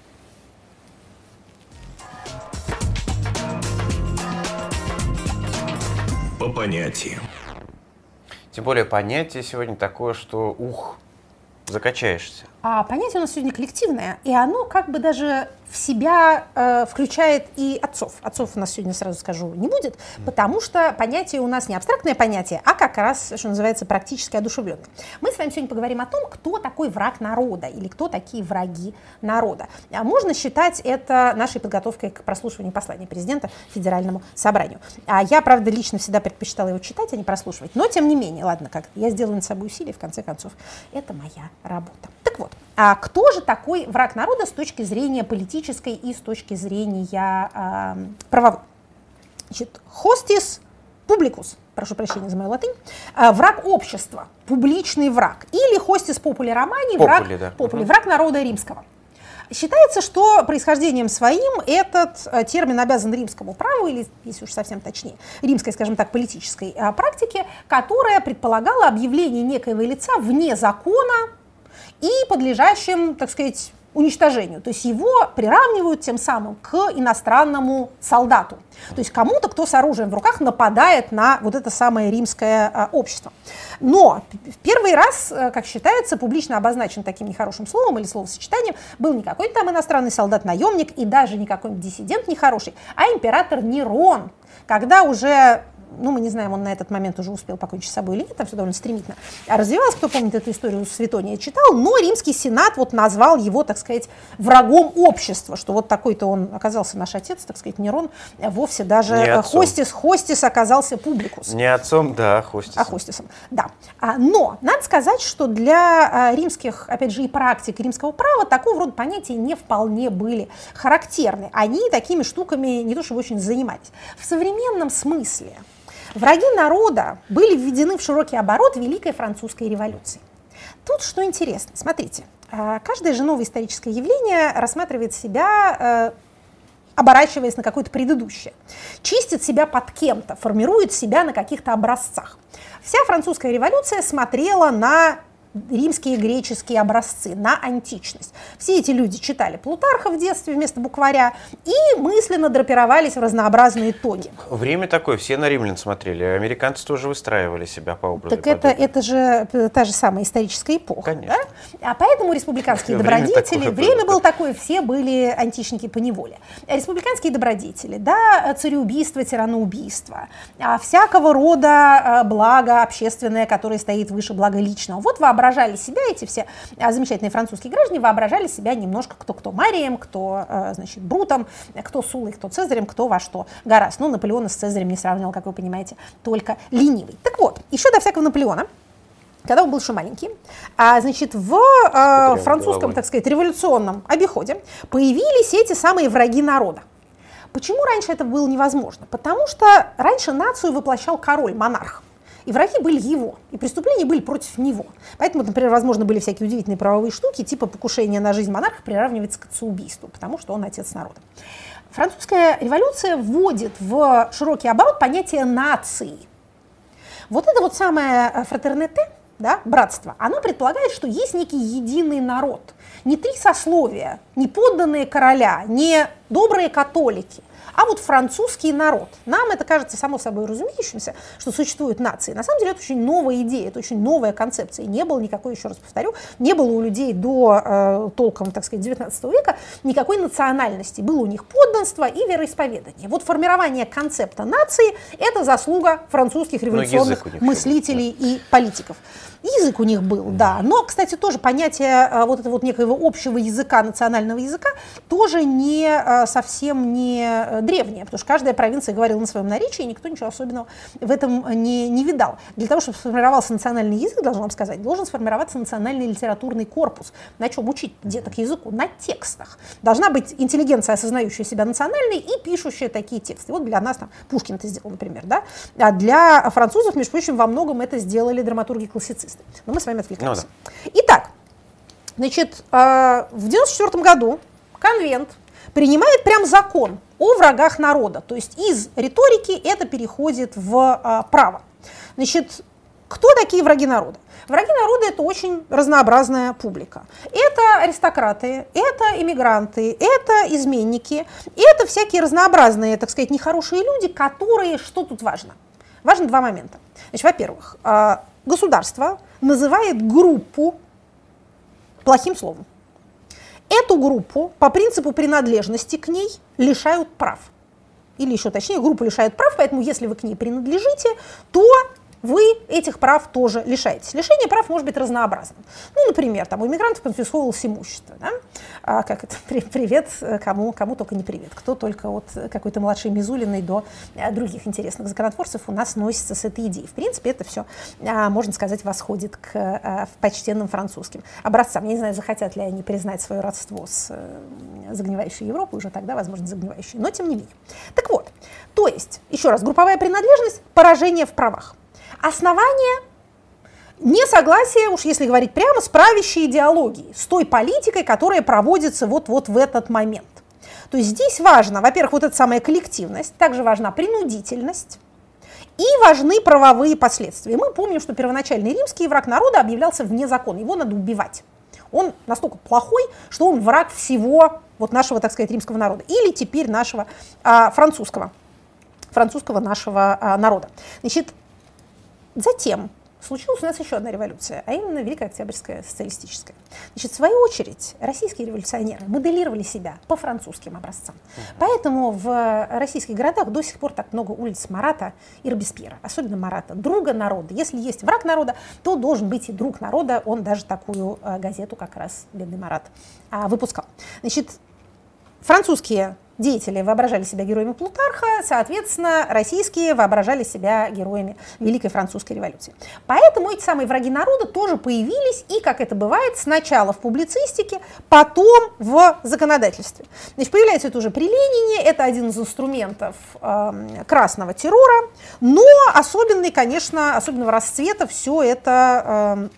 По понятиям. Тем более понятие сегодня такое, что закачаешься. А понятие у нас сегодня коллективное, и оно как бы даже в себя включает и отцов. Отцов у нас сегодня, сразу скажу, не будет, потому что понятие у нас не абстрактное понятие, а как раз, что называется, практически одушевленное. Мы с вами сегодня поговорим о том, кто такой враг народа или кто такие враги народа. Можно считать это нашей подготовкой к прослушиванию послания президента Федеральному собранию. Я, правда, лично всегда предпочитала его читать, а не прослушивать, но тем не менее, ладно, как я сделаю над собой усилия, в конце концов, это моя работа. Так вот, а кто же такой враг народа с точки зрения политической и с точки зрения правовой? Значит, hostis publicus, прошу прощения за мою латынь, враг общества, публичный враг, или hostis populi Romani, враг народа римского. Считается, что происхождением своим этот термин обязан римскому праву, или, если уж совсем точнее, римской, скажем так, политической практике, которая предполагала объявление некоего лица вне закона и подлежащим, так сказать, уничтожению. То есть его приравнивают тем самым к иностранному солдату. То есть кому-то, кто с оружием в руках нападает на вот это самое римское общество. Но в первый раз, как считается, публично обозначен таким нехорошим словом или словосочетанием был не какой-то там иностранный солдат-наемник и даже не какой-нибудь диссидент нехороший, а император Нерон, когда уже... Ну, мы не знаем, он на этот момент уже успел покончить с собой или нет, там все довольно стремительно развивалось. Кто помнит эту историю, Светония читал, но римский сенат вот назвал его, так сказать, врагом общества, что вот такой-то он оказался наш отец, так сказать, Нерон, вовсе даже хостис оказался публикус. Не отцом, да, хостисом. А хостисом, да. Но надо сказать, что для римских, опять же, и практик римского права такого рода понятия не вполне были характерны. Они такими штуками не то чтобы очень занимались. В современном смысле враги народа были введены в широкий оборот Великой Французской революции. Тут что интересно, смотрите, каждое же новое историческое явление рассматривает себя, оборачиваясь на какое-то предыдущее, чистит себя под кем-то, формирует себя на каких-то образцах. Вся французская революция смотрела на римские и греческие образцы, на античность. Все эти люди читали Плутарха в детстве вместо букваря и мысленно драпировались в разнообразные тоги. Время такое, все на римлян смотрели, американцы тоже выстраивали себя по образу. Так это же та же самая историческая эпоха. Конечно. Да? А поэтому республиканские добродетели, время было такое, все были античники по неволе. Республиканские добродетели, да, цареубийство, тираноубийство, всякого рода благо общественное, которое стоит выше блага личного. Вот воображали себя, эти все замечательные французские граждане воображали себя немножко кто Марием, кто, значит, Брутом, кто Сулой, кто Цезарем, кто во что гораздо. Ну, Наполеона с Цезарем не сравнивал, как вы понимаете, только ленивый. Так вот, еще до всякого Наполеона, когда он был еще маленький, значит, в французском, так сказать, революционном обиходе появились эти самые враги народа. Почему раньше это было невозможно? Потому что раньше нацию воплощал король, монарх. И враги были его, и преступления были против него. Поэтому, например, возможно, были всякие удивительные правовые штуки, типа покушение на жизнь монарха приравнивается к отцеубийству, потому что он отец народа. Французская революция вводит в широкий оборот понятие нации. Вот это вот самое фратернете, да, братство, оно предполагает, что есть некий единый народ. Не три сословия, не подданные короля, не добрые католики, а вот французский народ. Нам это кажется само собой разумеющимся, что существуют нации. На самом деле это очень новая идея, это очень новая концепция. Не было никакой, еще раз повторю, не было у людей до толком, так сказать, 19 века никакой национальности. Было у них подданство и вероисповедание. Вот формирование концепта нации – это заслуга французских революционных мыслителей и политиков. Язык у них был, да. Но, кстати, тоже понятие вот этого вот некоего общего языка, национального языка, тоже совсем не древнее, потому что каждая провинция говорила на своем наречии, и никто ничего особенного в этом не видал. Для того, чтобы сформировался национальный язык, должен вам сказать, должен сформироваться национальный литературный корпус. На чем учить деток языку? На текстах. Должна быть интеллигенция, осознающая себя национальной и пишущая такие тексты. Вот для нас там Пушкин это сделал, например, да? А для французов, между прочим, во многом это сделали драматурги-классицисты. Но мы с вами отвлекаемся. Итак, значит, в 1994 году конвент принимает прям закон о врагах народа. То есть из риторики это переходит в право. Значит, кто такие враги народа? Враги народа – это очень разнообразная публика. Это аристократы, это иммигранты, это изменники, это всякие разнообразные, так сказать, нехорошие люди, которые… Что тут важно? Важно два момента. Значит, во-первых, государство называет группу плохим словом. Эту группу по принципу принадлежности к ней лишают прав. Или еще точнее, группу лишают прав, поэтому если вы к ней принадлежите, то вы этих прав тоже лишаетесь. Лишение прав может быть разнообразным. Ну, например, там, у иммигрантов конфисковывалось имущество. Да? Как это? Привет, кому только не привет. Кто только от какой-то младшей Мизулиной до других интересных законотворцев у нас носится с этой идеей. В принципе, это все, можно сказать, восходит к почтенным французским образцам. Я не знаю, захотят ли они признать свое родство с загнивающей Европой, уже тогда, возможно, загнивающей, но тем не менее. Так вот, то есть, еще раз, групповая принадлежность – поражение в правах. Основание – несогласие, уж если говорить прямо, с правящей идеологией, с той политикой, которая проводится вот в этот момент. То есть здесь важно, во-первых, вот эта самая коллективность, также важна принудительность и важны правовые последствия. Мы помним, что первоначальный римский враг народа объявлялся вне закона, его надо убивать. Он настолько плохой, что он враг всего вот нашего, так сказать, римского народа или теперь нашего французского нашего народа. Значит, затем случилась у нас еще одна революция, а именно Великая Октябрьская социалистическая. Значит, в свою очередь, российские революционеры моделировали себя по французским образцам. Поэтому в российских городах до сих пор так много улиц Марата и Робеспьера, особенно Марата, друга народа. Если есть враг народа, то должен быть и друг народа. Он даже такую газету как раз, бедный Марат, выпускал. Значит, французские деятели воображали себя героями Плутарха, соответственно, российские воображали себя героями Великой Французской революции. Поэтому эти самые враги народа тоже появились, и, как это бывает, сначала в публицистике, потом в законодательстве. Значит, появляется это уже при Ленине, это один из инструментов красного террора, но особенного расцвета все это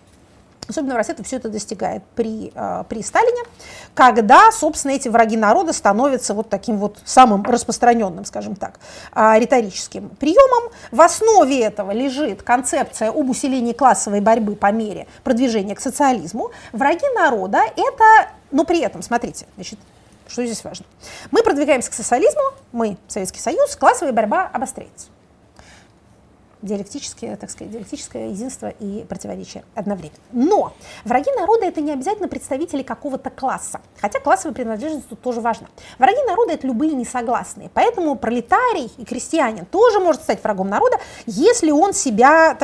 достигает при Сталине, когда, собственно, эти враги народа становятся вот таким вот самым распространенным, скажем так, риторическим приемом. В основе этого лежит концепция об усилении классовой борьбы по мере продвижения к социализму. Враги народа – это, но при этом, смотрите, значит, что здесь важно. Мы продвигаемся к социализму, мы, Советский Союз, классовая борьба обостряется. Диалектическое единство и противоречие одновременно. Но враги народа – это не обязательно представители какого-то класса, хотя классовая принадлежность тут тоже важна. Враги народа – это любые несогласные, поэтому пролетарий и крестьянин тоже может стать врагом народа, если он себя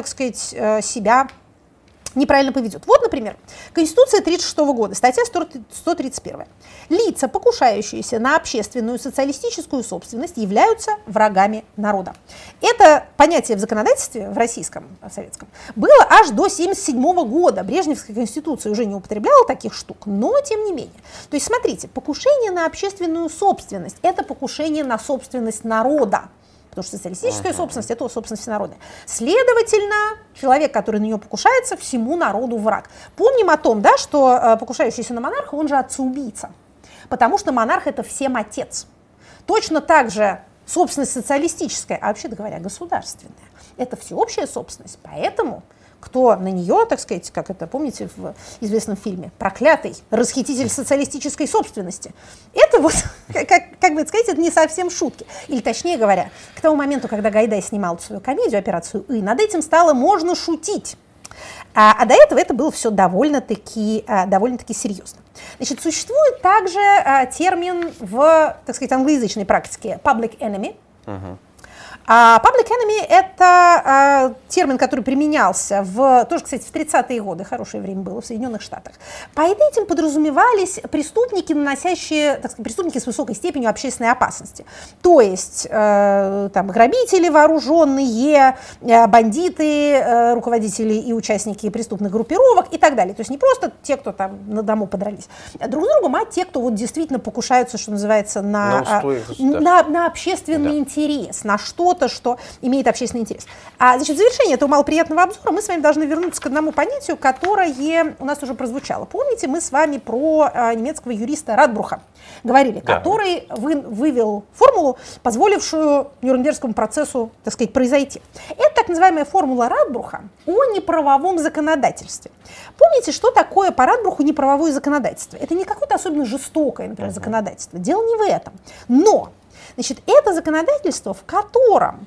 неправильно поведет. Вот, например, Конституция 1936 года, статья 131. Лица, покушающиеся на общественную социалистическую собственность, являются врагами народа. Это понятие в законодательстве, в российском, советском, было аж до 1977 года. Брежневская конституция уже не употребляла таких штук, но тем не менее. То есть, смотрите, покушение на общественную собственность – это покушение на собственность народа. Потому что социалистическая собственность – это собственность народная. Следовательно, человек, который на нее покушается, всему народу враг. Помним о том, да, что покушающийся на монарха, он же отца-убийца. Потому что монарх – это всем отец. Точно так же собственность социалистическая, а вообще-то говоря, государственная, это всеобщая собственность. Поэтому кто на нее, так сказать, как это, помните, в известном фильме «Проклятый расхититель социалистической собственности», это вот, как бы сказать, это не совсем шутки. Или, точнее говоря, к тому моменту, когда Гайдай снимал свою комедию «Операцию И», над этим стало можно шутить. А до этого это было все довольно-таки серьезно. Значит, существует также термин в, так сказать, англоязычной практике «public enemy». А public enemy – это термин, который применялся тоже, кстати, в 30-е годы, хорошее время было в Соединенных Штатах. Под этим подразумевались преступники, наносящие, так сказать, преступники с высокой степенью общественной опасности. То есть там грабители вооруженные, бандиты, руководители и участники преступных группировок и так далее. То есть не просто те, кто там на дому подрались друг с другом, а те, кто вот действительно покушаются, что называется, на общественный интерес, на что-то, что имеет общественный интерес. Значит, в завершение этого малоприятного обзора мы с вами должны вернуться к одному понятию, которое у нас уже прозвучало. Помните, мы с вами про немецкого юриста Радбруха говорили, который вывел формулу, позволившую Нюрнбергскому процессу, так сказать, произойти. Это так называемая формула Радбруха о неправовом законодательстве. Помните, что такое по Радбруху неправовое законодательство? Это не какое-то особенно жестокое, например, законодательство. Дело не в этом. Но, значит, это законодательство, в котором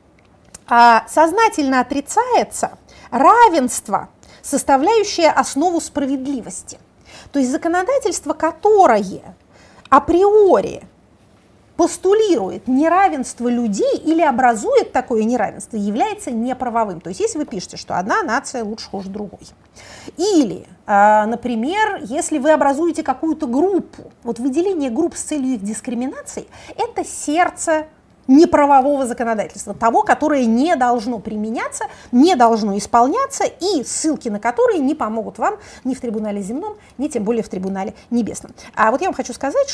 сознательно отрицается равенство, составляющее основу справедливости. То есть законодательство, которое априори постулирует неравенство людей или образует такое неравенство, является неправовым. То есть если вы пишете, что одна нация лучше, хуже другой. Или, например, если вы образуете какую-то группу, вот выделение групп с целью их дискриминации – это сердце неправового законодательства, того, которое не должно применяться, не должно исполняться, и ссылки на которые не помогут вам ни в трибунале земном, ни тем более в трибунале небесном. А вот я вам хочу сказать,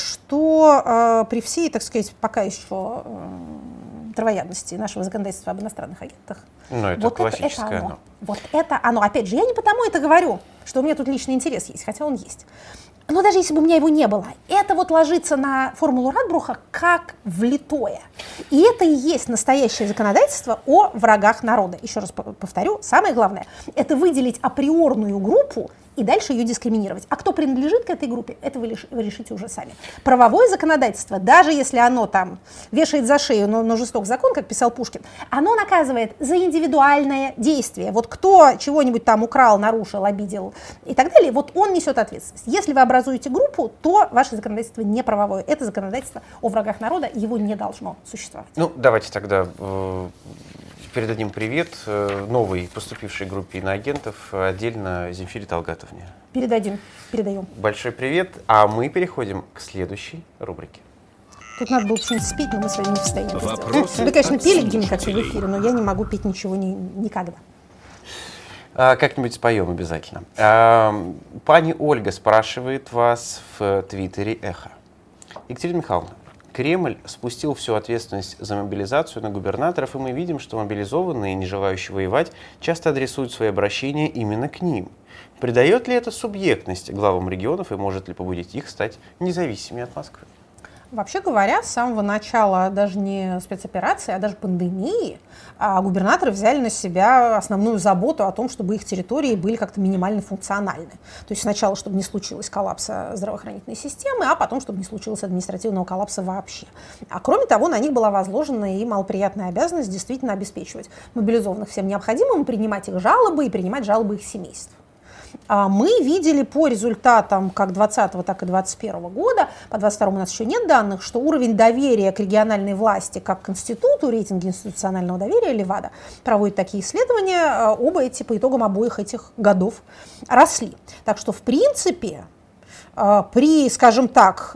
что при всей, так сказать, пока еще травоядности нашего законодательства об иностранных агентах, но это вот классическое оно. Вот это оно. Опять же, я не потому это говорю, что у меня тут личный интерес есть, хотя он есть. Но даже если бы у меня его не было, это вот ложится на формулу Радбруха как влитое. И это и есть настоящее законодательство о врагах народа. Еще раз повторю, самое главное – это выделить априорную группу и дальше ее дискриминировать. А кто принадлежит к этой группе, это вы решите уже сами. Правовое законодательство, даже если оно там вешает за шею, но жесток закон, как писал Пушкин, оно наказывает за индивидуальное действие. Вот кто чего-нибудь там украл, нарушил, обидел и так далее, вот он несет ответственность. Если вы образуете группу, то ваше законодательство не правовое. Это законодательство о врагах народа, его не должно существовать. Ну, давайте тогда передадим привет новой поступившей группе иноагентов, отдельно Земфире Талгатовне. Передаем. Большой привет, а мы переходим к следующей рубрике. Тут надо было что-нибудь спеть, но мы с вами не в состоянии это сделать. Вы, конечно, пели где-нибудь как-то в эфире, но я не могу петь ничего никогда. Как-нибудь споем обязательно. Пани Ольга спрашивает вас в Твиттере «Эхо». Екатерина Михайловна, Кремль спустил всю ответственность за мобилизацию на губернаторов, и мы видим, что мобилизованные, не желающие воевать, часто адресуют свои обращения именно к ним. Придает ли это субъектность главам регионов и может ли побудить их стать независимыми от Москвы? Вообще говоря, с самого начала даже не спецоперации, а даже пандемии, губернаторы взяли на себя основную заботу о том, чтобы их территории были как-то минимально функциональны. То есть сначала, чтобы не случилось коллапса здравоохранительной системы, а потом, чтобы не случилось административного коллапса вообще. А кроме того, на них была возложена и малоприятная обязанность действительно обеспечивать мобилизованных всем необходимым, принимать их жалобы и принимать жалобы их семейств. Мы видели по результатам как 2020, так и 2021 года, по 2022 у нас еще нет данных, что уровень доверия к региональной власти как к институту, рейтинг институционального доверия, Левада, проводит такие исследования, по итогам обоих этих годов росли. Так что, в принципе, при, скажем так,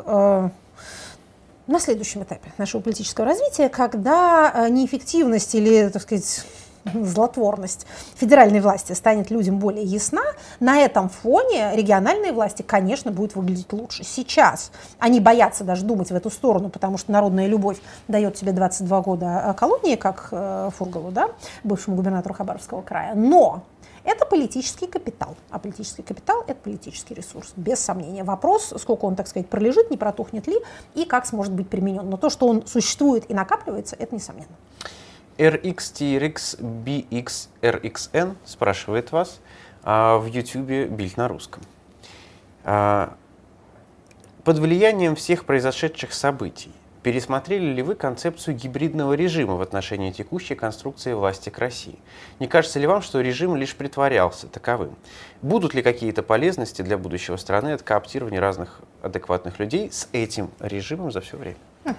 на следующем этапе нашего политического развития, когда неэффективность или, так сказать, злотворность федеральной власти станет людям более ясна, на этом фоне региональные власти, конечно, будут выглядеть лучше. Сейчас они боятся даже думать в эту сторону, потому что народная любовь дает тебе 22 года колонии, как Фургалу, да, бывшему губернатору Хабаровского края. Но это политический капитал, а политический капитал – это политический ресурс, без сомнения. Вопрос, сколько он, так сказать, пролежит, не протухнет ли и как сможет быть применен. Но то, что он существует и накапливается, это несомненно. RXTRXBXRXN спрашивает вас в YouTube «Бильд на русском». Под влиянием всех произошедших событий пересмотрели ли вы концепцию гибридного режима в отношении текущей конструкции власти к России? Не кажется ли вам, что режим лишь притворялся таковым? Будут ли какие-то полезности для будущего страны от кооптирования разных адекватных людей с этим режимом за все время?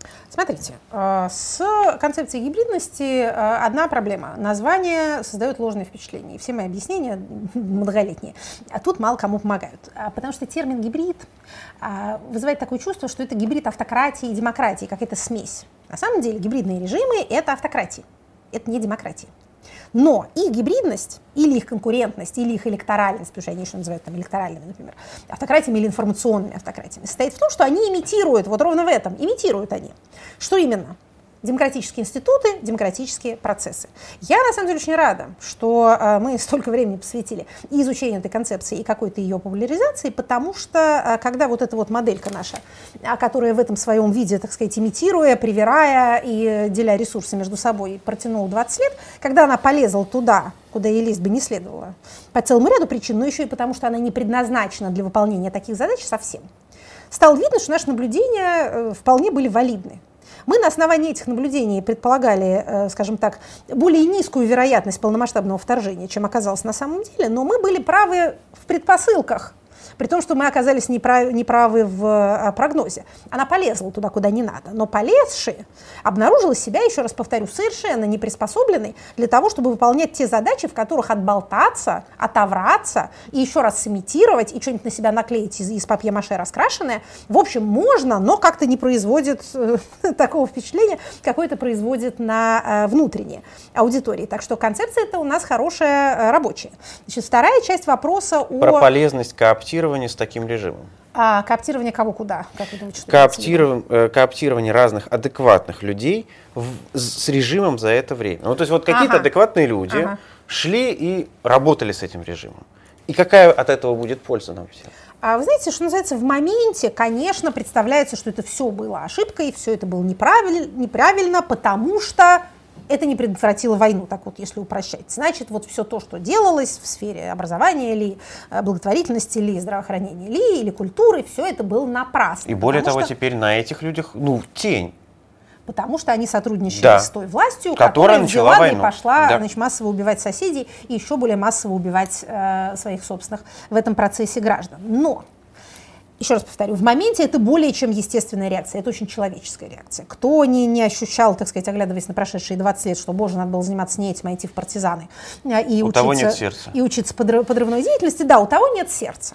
Смотрите, с концепцией гибридности одна проблема. Название создает ложное впечатление. И все мои объяснения многолетние. А тут мало кому помогают. Потому что термин «гибрид» вызывает такое чувство, что это гибрид автократии и демократии, какая-то смесь. На самом деле гибридные режимы — это автократии, это не демократии. Но их гибридность, или их конкурентность, или их электоральность, потому что они еще называют там электоральными, например, автократиями или информационными автократиями, состоит в том, что они имитируют, вот ровно в этом, имитируют они. Что именно? Демократические институты, демократические процессы. Я, на самом деле, очень рада, что мы столько времени посвятили и изучению этой концепции, и какой-то ее популяризации, потому что, когда вот эта вот моделька наша, которая в этом своем виде, так сказать, имитируя, привирая и деля ресурсы между собой, протянула 20 лет, когда она полезла туда, куда ей лезть бы не следовало, по целому ряду причин, но еще и потому, что она не предназначена для выполнения таких задач совсем, стало видно, что наши наблюдения вполне были валидны. Мы на основании этих наблюдений предполагали, скажем так, более низкую вероятность полномасштабного вторжения, чем оказалось на самом деле, но мы были правы в предпосылках, при том, что мы оказались неправы в прогнозе. Она полезла туда, куда не надо, но полезшая обнаружила себя, еще раз повторю, совершенно не приспособленной для того, чтобы выполнять те задачи, в которых отболтаться, отовраться и еще раз сымитировать и что-нибудь на себя наклеить из папье-маше раскрашенное. В общем, можно, но как-то не производит такого впечатления, какое это производит на внутренней аудитории. Так что концепция-то у нас хорошая, рабочая. Значит, вторая часть вопроса про полезность кооптирования с таким режимом. Кооптирование кого куда? Кооптирование разных адекватных людей с режимом за это время. Ну, то есть вот какие-то адекватные люди шли и работали с этим режимом. И какая от этого будет польза нам всем? Вы знаете, что называется, в моменте, конечно, представляется, что это все было ошибкой, все это было неправильно, потому что это не предотвратило войну, так вот, если упрощать. Значит, вот все то, что делалось в сфере образования или благотворительности, или здравоохранения, или культуры, все это было напрасно. И более того, теперь на этих людях, тень. Потому что они сотрудничали с той властью, которая начала войну. И пошла массово убивать соседей и еще более массово убивать своих собственных в этом процессе граждан. Но еще раз повторю, в моменте это более чем естественная реакция, это очень человеческая реакция. Кто не ощущал, так сказать, оглядываясь на прошедшие 20 лет, что, боже, надо было заниматься не этим, а идти в партизаны и учиться подрывной деятельности, да, у того нет сердца.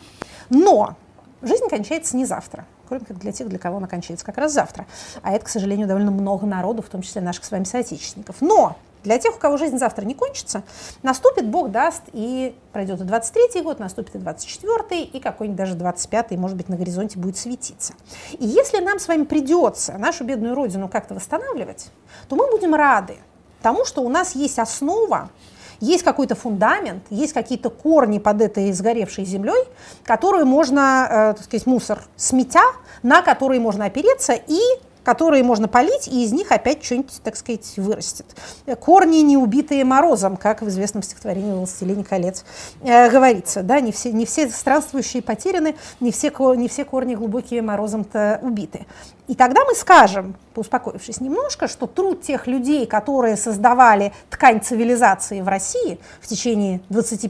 Но жизнь кончается не завтра, кроме как для тех, для кого она кончается как раз завтра. А это, к сожалению, довольно много народу, в том числе наших с вами соотечественников. Но для тех, у кого жизнь завтра не кончится, наступит, Бог даст, и пройдет и 23-й год, наступит и 24-й, и какой-нибудь даже 25-й, может быть, на горизонте будет светиться. И если нам с вами придется нашу бедную родину как-то восстанавливать, то мы будем рады тому, что у нас есть основа, есть какой-то фундамент, есть какие-то корни под этой сгоревшей землей, которые можно, так сказать, мусор сметя, на которые можно опереться и которые можно полить, и из них опять что-нибудь, так сказать, вырастет. Корни, не убитые морозом, как в известном стихотворении «Властелине колец» говорится. Да? Не все странствующие потеряны, не все корни глубокие морозом-то убиты. И тогда мы скажем, поуспокоившись немножко, что труд тех людей, которые создавали ткань цивилизации в России в течение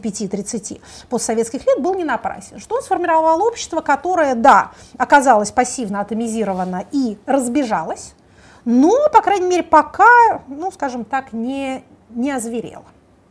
25-30 постсоветских лет, был не напрасен. Что он сформировал общество, которое, да, оказалось пассивно атомизировано и разбежалось, но, по крайней мере, пока, скажем так, не озверело.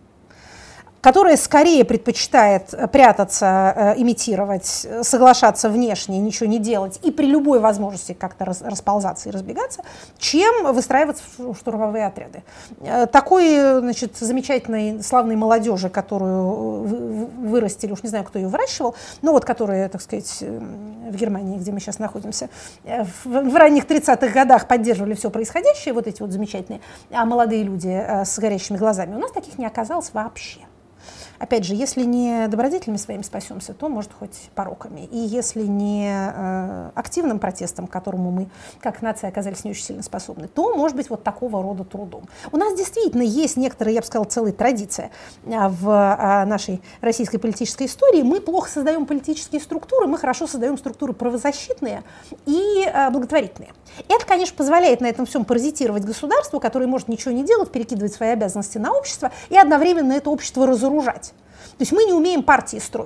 Которая скорее предпочитает прятаться, имитировать, соглашаться внешне, ничего не делать и при любой возможности как-то расползаться и разбегаться, чем выстраиваться в штурмовые отряды. Такой, значит, замечательной, славной молодежи, которую вырастили, уж не знаю, кто ее выращивал, но вот которая, так сказать, в Германии, где мы сейчас находимся, в ранних 30-х годах поддерживали все происходящее, вот эти вот замечательные молодые люди с горящими глазами, у нас таких не оказалось вообще. Опять же, если не добродетелями своими спасемся, то, может, хоть пороками. И если не активным протестом, к которому мы, как нация, оказались не очень сильно способны, то, может быть, вот такого рода трудом. У нас действительно есть некоторая, я бы сказала, целая традиция в нашей российской политической истории. Мы плохо создаем политические структуры, мы хорошо создаем структуры правозащитные и благотворительные. Это, конечно, позволяет на этом всем паразитировать государству, которое может ничего не делать, перекидывать свои обязанности на общество и одновременно это общество разоружать. То есть мы не умеем партии строить.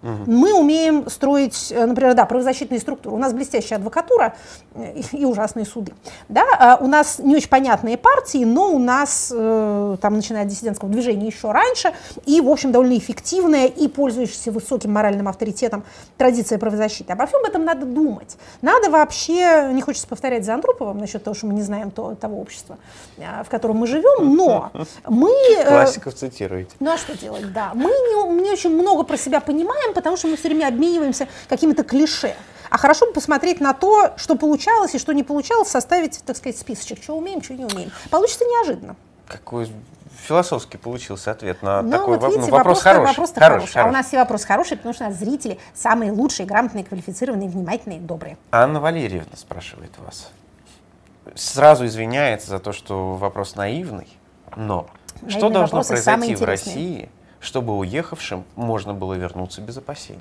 Мы умеем строить, например, правозащитные структуры. У нас блестящая адвокатура и ужасные суды. Да? У нас не очень понятные партии, но у нас, там, начиная от диссидентского движения еще раньше, и, в общем, довольно эффективная и пользующаяся высоким моральным авторитетом традиция правозащиты. Обо всем этом надо думать. Надо вообще, не хочется повторять за Андроповым насчет того, что мы не знаем того общества, в котором мы живем, но мы... Классиков цитируете. Ну а что делать, да. Мы не очень много про себя понимаем, потому что мы все время обмениваемся какими-то клише. А хорошо бы посмотреть на то, что получалось и что не получалось, составить, так сказать, списочек, что умеем, что не умеем. Получится неожиданно. Какой философский получился ответ на такой вот видите, вопрос хороший. Вопрос-то хороший. А у нас все вопросы хорошие, потому что у нас зрители самые лучшие, грамотные, квалифицированные, внимательные, добрые. Анна Валерьевна спрашивает вас. Сразу извиняется за то, что вопрос наивный, но что должно произойти в России, чтобы уехавшим можно было вернуться без опасений?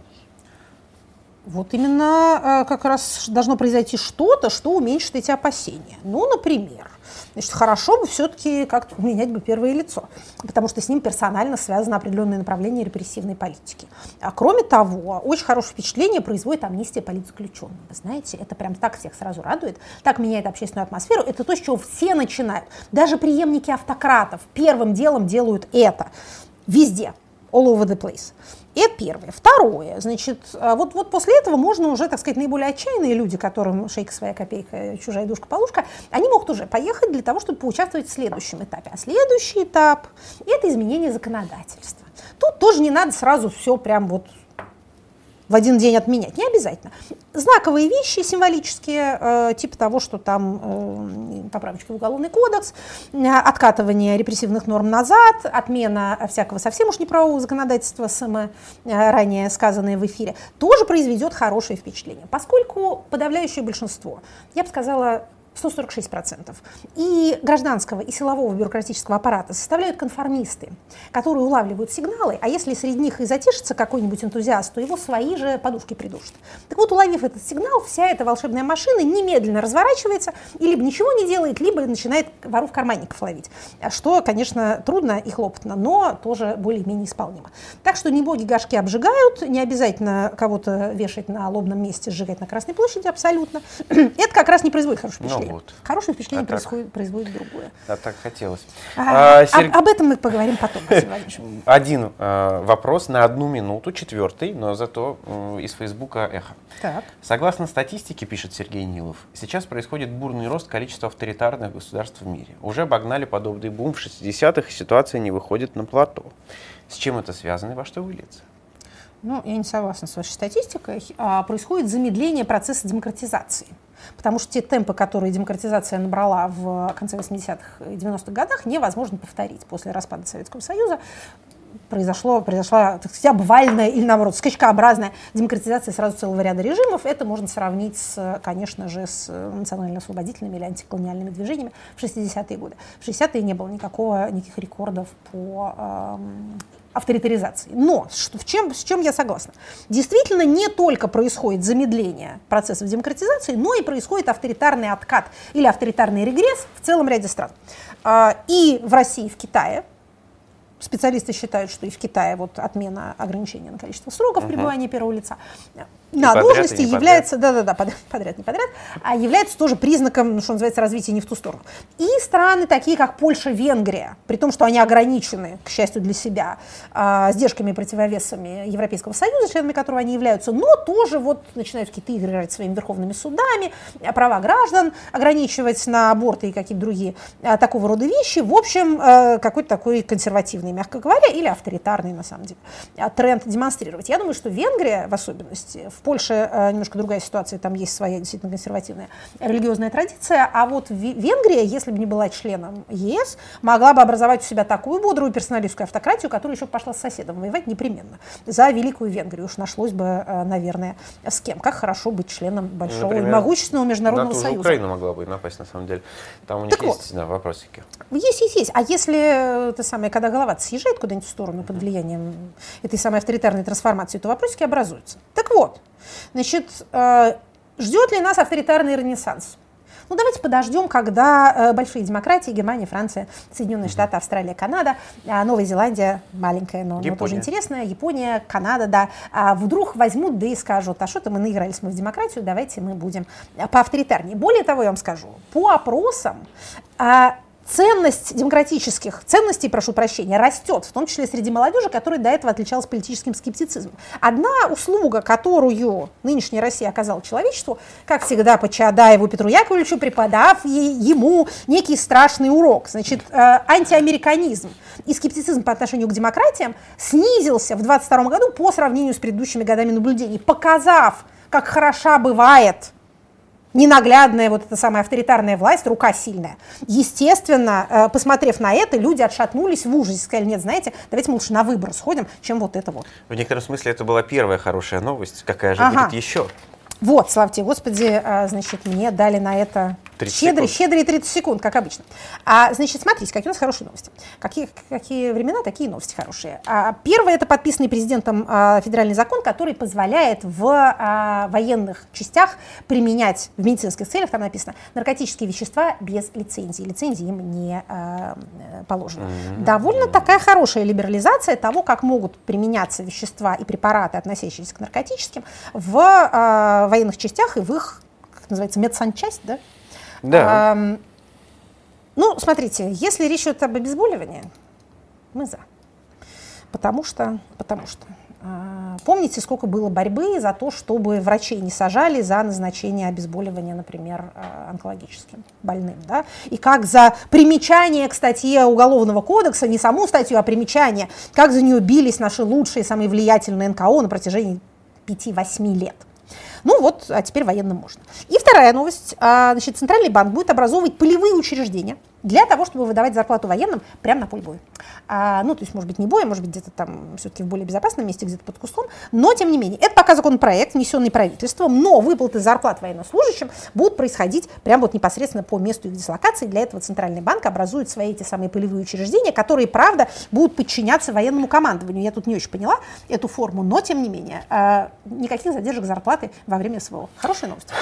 Вот именно как раз должно произойти что-то, что уменьшит эти опасения. Ну, например, значит, хорошо бы все-таки как-то менять бы первое лицо, потому что с ним персонально связано определенное направление репрессивной политики. А кроме того, очень хорошее впечатление производит амнистия политзаключенным. Вы знаете, это прям так всех сразу радует, так меняет общественную атмосферу. Это то, с чего все начинают. Даже преемники автократов первым делом делают это. Везде. All over the place. Это первое. Второе, значит, вот после этого можно уже, так сказать, наиболее отчаянные люди, которым шейка своя копейка, чужая душка-полушка, они могут уже поехать для того, чтобы поучаствовать в следующем этапе. А следующий этап – это изменение законодательства. Тут тоже не надо сразу все прям вот в один день отменять, не обязательно. Знаковые вещи символические, типа того, что там поправочки в Уголовный кодекс, откатывание репрессивных норм назад, отмена всякого совсем уж неправового законодательства, ранее сказанное в эфире, тоже произведет хорошее впечатление. Поскольку подавляющее большинство, я бы сказала, 146%. И гражданского, и силового бюрократического аппарата составляют конформисты, которые улавливают сигналы, а если среди них и затешится какой-нибудь энтузиаст, то его свои же подушки придушат. Так вот, уловив этот сигнал, вся эта волшебная машина немедленно разворачивается и либо ничего не делает, либо начинает воров-карманников ловить. Что, конечно, трудно и хлопотно, но тоже более-менее исполнимо. Так что не боги горшки обжигают, не обязательно кого-то вешать на лобном месте, сжигать на Красной площади абсолютно. Это как раз не производит хорошего впечатления. Вот. Хорошее впечатление производит другое. А так хотелось. Об этом мы поговорим потом. Один вопрос на 1 минуту, 4-й, но зато из Фейсбука «Эхо». Так. Согласно статистике, пишет Сергей Нилов, сейчас происходит бурный рост количества авторитарных государств в мире. Уже обогнали подобный бум в 60-х, и ситуация не выходит на плато. С чем это связано и во что выльется? Ну, я не согласна с вашей статистикой. Происходит замедление процесса демократизации. Потому что те темпы, которые демократизация набрала в конце 80-х и 90-х годах, невозможно повторить. После распада Советского Союза произошла, так сказать, обвальная или, наоборот, скачкообразная демократизация сразу целого ряда режимов. Это можно сравнить, конечно же, с национально-освободительными или антиколониальными движениями в 60-е годы. В 60-е не было никаких рекордов по авторитаризации. Но с чем я согласна? Действительно, не только происходит замедление процессов демократизации, но и происходит авторитарный откат или авторитарный регресс в целом ряде стран. И в России, и в Китае. Специалисты считают, что и в Китае вот отмена ограничения на количество сроков пребывания первого лица на должности является, подряд, не подряд, а является тоже признаком, что называется, развития не в ту сторону. И страны, такие как Польша, Венгрия, при том, что они ограничены, к счастью для себя, сдержками и противовесами Европейского Союза, членами которого они являются, но тоже вот начинают какие-то игры играть своими верховными судами, права граждан ограничивать на аборты и какие-то другие такого рода вещи. В общем, какой-то такой консервативный, мягко говоря, или авторитарный, на самом деле, тренд демонстрировать. Я думаю, что Венгрия, в особенности, в Польше немножко другая ситуация, там есть своя действительно консервативная религиозная традиция, а вот Венгрия, если бы не была членом ЕС, могла бы образовать у себя такую бодрую персоналистскую автократию, которая еще пошла с соседом воевать непременно. За Великую Венгрию уж нашлось бы, наверное, с кем. Как хорошо быть членом большого и могущественного международного союза. Украина могла бы и напасть, на самом деле. Там у них есть вопросики. Есть. А если, когда голова съезжает куда-нибудь в сторону под влиянием этой самой авторитарной трансформации, то вопросики образуются. Так вот, значит, ждет ли нас авторитарный ренессанс? Ну, давайте подождем, когда большие демократии, Германия, Франция, Соединенные Штаты, Австралия, Канада, Новая Зеландия, маленькая, но тоже интересная, Япония, Канада, да, вдруг возьмут, да и скажут, а что-то мы наигрались мы в демократию, давайте мы будем поавторитарнее. Более того, я вам скажу, по опросам ценность демократических ценностей, прошу прощения, растет, в том числе среди молодежи, которая до этого отличалась политическим скептицизмом. Одна услуга, которую нынешняя Россия оказала человечеству, как всегда по Чаадаеву Петру Яковлевичу, преподав ему некий страшный урок. Значит, антиамериканизм и скептицизм по отношению к демократиям снизился в 2022 году по сравнению с предыдущими годами наблюдений, показав, как хороша бывает ненаглядная вот эта самая авторитарная власть, рука сильная. Естественно, посмотрев на это, люди отшатнулись в ужасе, сказали, нет, знаете, давайте мы лучше на выборы сходим, чем вот это вот. В некотором смысле это была первая хорошая новость. Какая же будет еще? Вот, слава тебе, Господи, значит, мне дали на это щедрые 30 секунд, как обычно. Значит, смотрите, какие у нас хорошие новости. Какие времена, такие новости хорошие. Первое – это подписанный президентом федеральный закон, который позволяет в военных частях применять в медицинских целях, там написано, наркотические вещества без лицензии. Лицензии им не положено. Довольно такая хорошая либерализация того, как могут применяться вещества и препараты, относящиеся к наркотическим, в военных частях и в их, как называется, медсанчасть, да? Да. Ну, смотрите, если речь идет об обезболивании, мы за. Потому что помните, сколько было борьбы за то, чтобы врачей не сажали за назначение обезболивания, например, онкологическим больным, да? И как за примечание к статье Уголовного кодекса, не саму статью, а примечание, как за нее бились наши лучшие, самые влиятельные НКО на протяжении 5-8 лет. Ну вот, а теперь военным можно. И вторая новость. Значит, Центральный банк будет образовывать полевые учреждения для того, чтобы выдавать зарплату военным прямо на поле боя. Ну, то есть, может быть, не боя, может быть, где-то там все-таки в более безопасном месте, где-то под кустом. Но, тем не менее, это пока законопроект, внесенный правительством, но выплаты зарплат военнослужащим будут происходить прямо вот непосредственно по месту их дислокации. Для этого Центральный банк образует свои эти самые полевые учреждения, которые, правда, будут подчиняться военному командованию. Я тут не очень поняла эту форму, но, тем не менее, никаких задержек зарплаты во время СВО. Хорошая новость.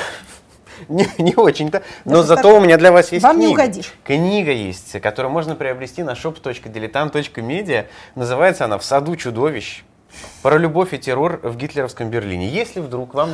Не очень-то, но зато у меня для вас есть книга. Вам не угодишь. Книга есть, которую можно приобрести на shop.diletant.media. Называется она «В саду чудовищ». Про любовь и террор в гитлеровском Берлине. Если вдруг вам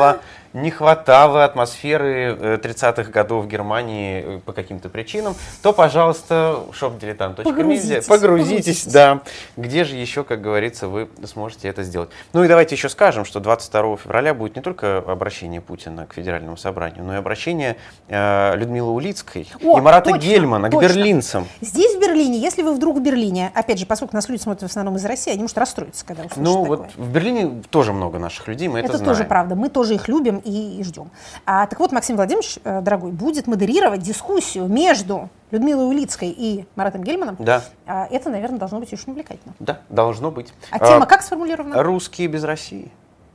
не хватало атмосферы 30-х годов в Германии по каким-то причинам, то, пожалуйста, shop.diletant.media. Погрузитесь, да. Где же еще, как говорится, вы сможете это сделать. Ну и давайте еще скажем, что 22 февраля будет не только обращение Путина к Федеральному собранию, но и обращение Людмилы Улицкой и Марата Гельмана к берлинцам. Здесь, в Берлине, если вы вдруг в Берлине, опять же, поскольку нас люди смотрят в основном из России, они, может, расстроиться, когда услышат такое. Вот в Берлине тоже много наших людей, мы это знаем. Это тоже правда, мы тоже их любим и ждем. Так вот, Максим Владимирович, дорогой, будет модерировать дискуссию между Людмилой Улицкой и Маратом Гельманом. Да. Это, наверное, должно быть очень увлекательно. Да, должно быть. А тема как сформулирована? Русские без России.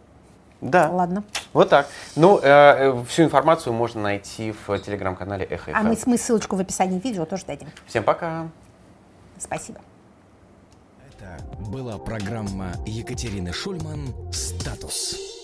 Да. Ладно. Вот так. Ну, всю информацию можно найти в телеграм-канале Эхо ФМ. А мы ссылочку в описании видео тоже дадим. Всем пока. Спасибо. Это была программа Екатерины Шульман «Статус».